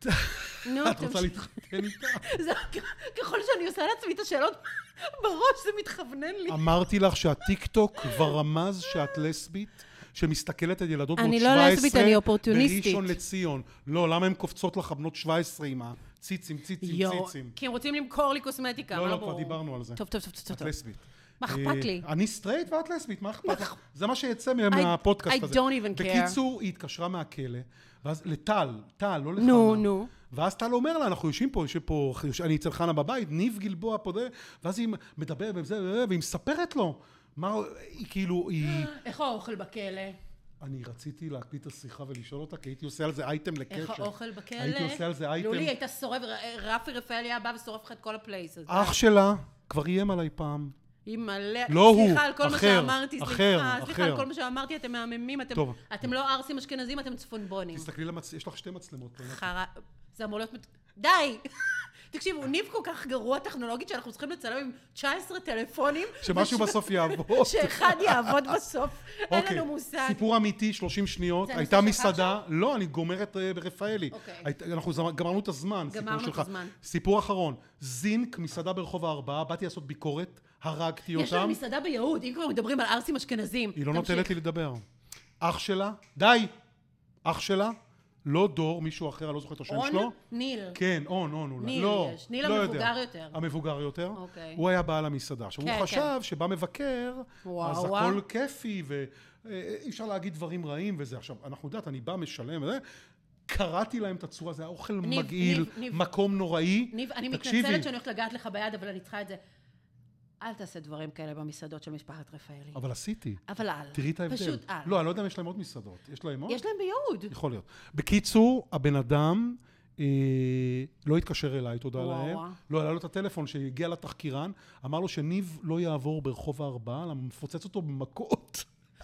Speaker 1: נו,
Speaker 2: את רוצה להתחתן איתה?
Speaker 1: זה- ככל שאני עושה לעצמי את השאלות בראש, זה מתכוונן לי.
Speaker 2: אמרתי לך שהטיקטוק כבר רמז שאת לסבית, שמסתכלת על ילדות בנות
Speaker 1: אני
Speaker 2: שבע
Speaker 1: לא
Speaker 2: עשרה
Speaker 1: לסבית, אני אופורטוניסטית.
Speaker 2: בראשון לציון. לא, למה הן קופצות לך בנות שבע עשרה עם הציצים, ציצים,
Speaker 1: יואו,
Speaker 2: ציצים?
Speaker 1: כי הם רוצים למכור לי קוסמטיקה.
Speaker 2: לא,
Speaker 1: מה
Speaker 2: לא,
Speaker 1: ברור?
Speaker 2: כבר דיברנו על זה.
Speaker 1: טוב, טוב, טוב, טוב.
Speaker 2: את
Speaker 1: טוב.
Speaker 2: לסבית.
Speaker 1: מה אכפת
Speaker 2: אה,
Speaker 1: לי?
Speaker 2: אני סטרייט ואת לסבית, מה אכפת לך? זה מה שיצא מהפודקאסט
Speaker 1: I
Speaker 2: הזה.
Speaker 1: don't even care.
Speaker 2: בקיצור, היא התקשרה מהכלא, ואז לטל, טל, לא לחנה.
Speaker 1: נו, נו.
Speaker 2: ואז טל אומר לה, אנחנו יושבים פה, יושב פה, אני אצל חנה בבית, ניב גלבוע פה, ואז היא מדברת וזה, והיא מספרת לו. מה, היא כאילו, היא...
Speaker 1: איך האוכל בכלא?
Speaker 2: אני רציתי להקליט את השיחה ולשאול אותה, כי הייתי עושה על זה אייטם לקשר.
Speaker 1: איך האוכל בכלא?
Speaker 2: הייתי עושה על זה אייטם.
Speaker 1: לולי הייתה שורף, רפי רפאלי היה בא ושורף לך את כל הפלייס הזה.
Speaker 2: אח שלה כבר איים עליי פעם.
Speaker 1: היא מלא...
Speaker 2: לא הוא,
Speaker 1: סליחה על כל מה
Speaker 2: אחר,
Speaker 1: שאמרתי,
Speaker 2: אחר,
Speaker 1: סליחה, סליחה
Speaker 2: אחר.
Speaker 1: על כל מה שאמרתי, אתם מהממים, אתם-
Speaker 2: טוב.
Speaker 1: אתם לא ערסים אשכנזים, אתם צפונבונים.
Speaker 2: תסתכלי למצ... יש לך שתי מצלמות. פה.
Speaker 1: חרא... זה אמור להיות... מת- די! תקשיבו, ניב כל כך גרוע טכנולוגית שאנחנו צריכים לצלם עם תשע עשרה טלפונים.
Speaker 2: שמשהו
Speaker 1: וש-
Speaker 2: בסוף יעבוד.
Speaker 1: שאחד יעבוד בסוף. אין
Speaker 2: אוקיי,
Speaker 1: לנו מושג.
Speaker 2: סיפור אמיתי, שלושים שניות.
Speaker 1: זה
Speaker 2: הייתה
Speaker 1: הנושא שלך
Speaker 2: מסעדה, לא, אני גומרת אה, ברפאלי.
Speaker 1: אוקיי.
Speaker 2: היית- אנחנו זמ- גמרנו את הזמן. סיפור
Speaker 1: גמרנו את
Speaker 2: שלך.
Speaker 1: הזמן.
Speaker 2: סיפור אחרון, זינק, מסעדה ברחוב הארבעה, באתי לעשות ביקורת, הרגתי
Speaker 1: יש לנו
Speaker 2: אותם.
Speaker 1: מסעדה ביהוד, אם כבר מדברים על ערסים אשכנזים.
Speaker 2: היא לא
Speaker 1: תמשיך.
Speaker 2: נותנת לי לדבר. אח שלה, די! אח שלה, לא דור, מישהו אחר, אני לא זוכר את השם
Speaker 1: און?
Speaker 2: שלו.
Speaker 1: ניל.
Speaker 2: כן, און, און, אולי.
Speaker 1: ניל
Speaker 2: לא,
Speaker 1: יש. ניל
Speaker 2: לא
Speaker 1: המבוגר
Speaker 2: יודע.
Speaker 1: יותר.
Speaker 2: המבוגר יותר.
Speaker 1: אוקיי.
Speaker 2: הוא היה בעל המסעדה. עכשיו,
Speaker 1: כן,
Speaker 2: הוא
Speaker 1: כן.
Speaker 2: חשב שבא מבקר,
Speaker 1: וואו,
Speaker 2: אז
Speaker 1: וואו.
Speaker 2: הכל כיפי, ואי אפשר להגיד דברים רעים וזה. עכשיו, אנחנו יודעת, אני בא, משלם וזה. קראתי להם את הצורה, זה היה אוכל
Speaker 1: ניב,
Speaker 2: מגעיל,
Speaker 1: ניב, ניב.
Speaker 2: מקום נוראי.
Speaker 1: ניב, אני
Speaker 2: תקשיבי.
Speaker 1: מתנצלת שאני הולכת לגעת לך ביד, אבל אני צריכה את זה. אל תעשה דברים כאלה במסעדות של משפחת רפאלי.
Speaker 2: אבל עשיתי.
Speaker 1: אבל אל.
Speaker 2: תראי את ההבדל.
Speaker 1: פשוט אל.
Speaker 2: לא, אני לא יודע אם יש להם עוד מסעדות. יש להם עוד?
Speaker 1: יש להם ביהוד.
Speaker 2: יכול להיות. בקיצור, הבן אדם אה, לא התקשר אליי, תודה
Speaker 1: וואו.
Speaker 2: להם. לא, היה לו את הטלפון שהגיע לתחקירן, אמר לו שניב לא יעבור ברחוב הארבעה, למה מפוצץ אותו במכות.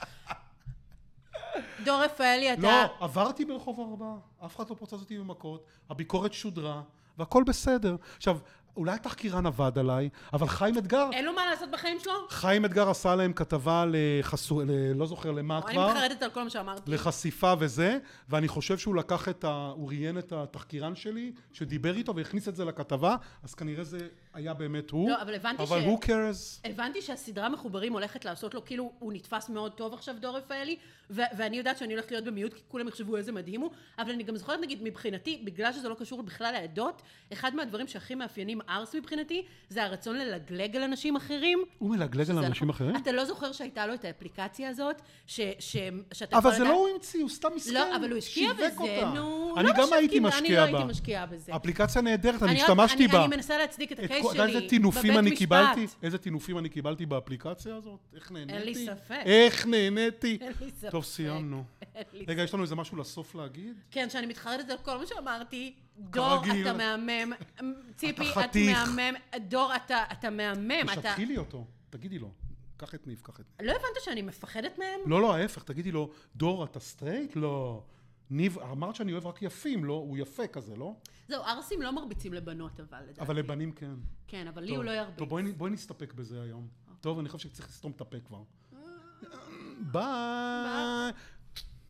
Speaker 1: דור רפאלי, אתה...
Speaker 2: לא, עברתי ברחוב הארבעה, אף אחד לא פוצץ אותי במכות, הביקורת שודרה, והכל בסדר. עכשיו, אולי התחקירן עבד עליי, אבל חיים אתגר,
Speaker 1: אין לו מה לעשות בחיים שלו?
Speaker 2: חיים אתגר עשה להם כתבה לחסו... ל... לא זוכר למה
Speaker 1: אני
Speaker 2: כבר.
Speaker 1: מתחרטת על כל מה שאמרתי.
Speaker 2: לחשיפה וזה, ואני חושב שהוא לקח את ה... הוא ראיין את התחקירן שלי, שדיבר איתו והכניס את זה לכתבה, אז כנראה זה היה באמת הוא.
Speaker 1: לא, אבל הבנתי
Speaker 2: אבל
Speaker 1: ש-
Speaker 2: who cares?
Speaker 1: הבנתי שהסדרה מחוברים הולכת לעשות לו, כאילו הוא נתפס מאוד טוב עכשיו דור רפאלי, ו- ואני יודעת שאני הולכת להיות במיעוט, כי כולם יחשבו איזה מדהים הוא, אבל אני גם זוכרת, נגיד, מבחינתי, בגלל שזה לא קשור בכלל לעדות, אחד מהדברים שהכי מאפיינים ארס מבחינתי, זה הרצון ללגלג על אנשים אחרים.
Speaker 2: הוא מלגלג על
Speaker 1: שזה
Speaker 2: אנשים
Speaker 1: נכון.
Speaker 2: אחרים?
Speaker 1: אתה לא זוכר שהייתה לו את האפליקציה הזאת, ש- ש- שאתה
Speaker 2: אבל
Speaker 1: יכול
Speaker 2: זה
Speaker 1: לדעת-
Speaker 2: לא הוא המציא, הוא סתם מסכן.
Speaker 1: לא, אבל הוא השקיע
Speaker 2: שיווק
Speaker 1: בזה,
Speaker 2: אותה.
Speaker 1: נו.
Speaker 2: אני
Speaker 1: לא
Speaker 2: גם
Speaker 1: משקיע,
Speaker 2: הייתי
Speaker 1: אני
Speaker 2: משקיע
Speaker 1: לא
Speaker 2: בה.
Speaker 1: הייתי משקיעה בזה.
Speaker 2: אפליקציה נהדרת, אני
Speaker 1: אני רק-
Speaker 2: השתמשתי
Speaker 1: אני-
Speaker 2: בה.
Speaker 1: אני מנסה להצדיק את
Speaker 2: את
Speaker 1: הקייס
Speaker 2: כל- אתה יודע
Speaker 1: שלי
Speaker 2: איזה טינופים
Speaker 1: בבית
Speaker 2: אני
Speaker 1: משפט.
Speaker 2: קיבלתי? איזה טינופים אני קיבלתי באפליקציה הזאת? איך נהניתי?
Speaker 1: אין לי ספק.
Speaker 2: איך נהניתי?
Speaker 1: אין לי ספק.
Speaker 2: טוב, סיימנו.
Speaker 1: אין לי
Speaker 2: רגע, יש לנו איזה משהו לסוף להגיד?
Speaker 1: כן, שאני מתחרטת על כל מה שאמרתי. דור,
Speaker 2: כרגיל.
Speaker 1: אתה מהמם. ציפי,
Speaker 2: אתה
Speaker 1: את
Speaker 2: חתיך.
Speaker 1: מהמם. דור, אתה, אתה מהמם. אתה...
Speaker 2: תשתחילי אותו, תגידי לו. קח את ניב, קח את ניב.
Speaker 1: לא הבנת שאני מפחדת מהם?
Speaker 2: לא, לא, ההפך, תגידי לו, דור, אתה סטרייט? לא. ניב, אמרת שאני אוהב רק יפים, לא? הוא יפה כזה, לא?
Speaker 1: זהו, ערסים לא מרביצים לבנות, אבל לדעתי.
Speaker 2: אבל לבנים כן.
Speaker 1: כן, אבל לי
Speaker 2: טוב,
Speaker 1: הוא לא ירביץ.
Speaker 2: טוב, בואי, בואי נסתפק בזה היום. טוב, אני חושב שצריך לסתום את הפה כבר. ביי.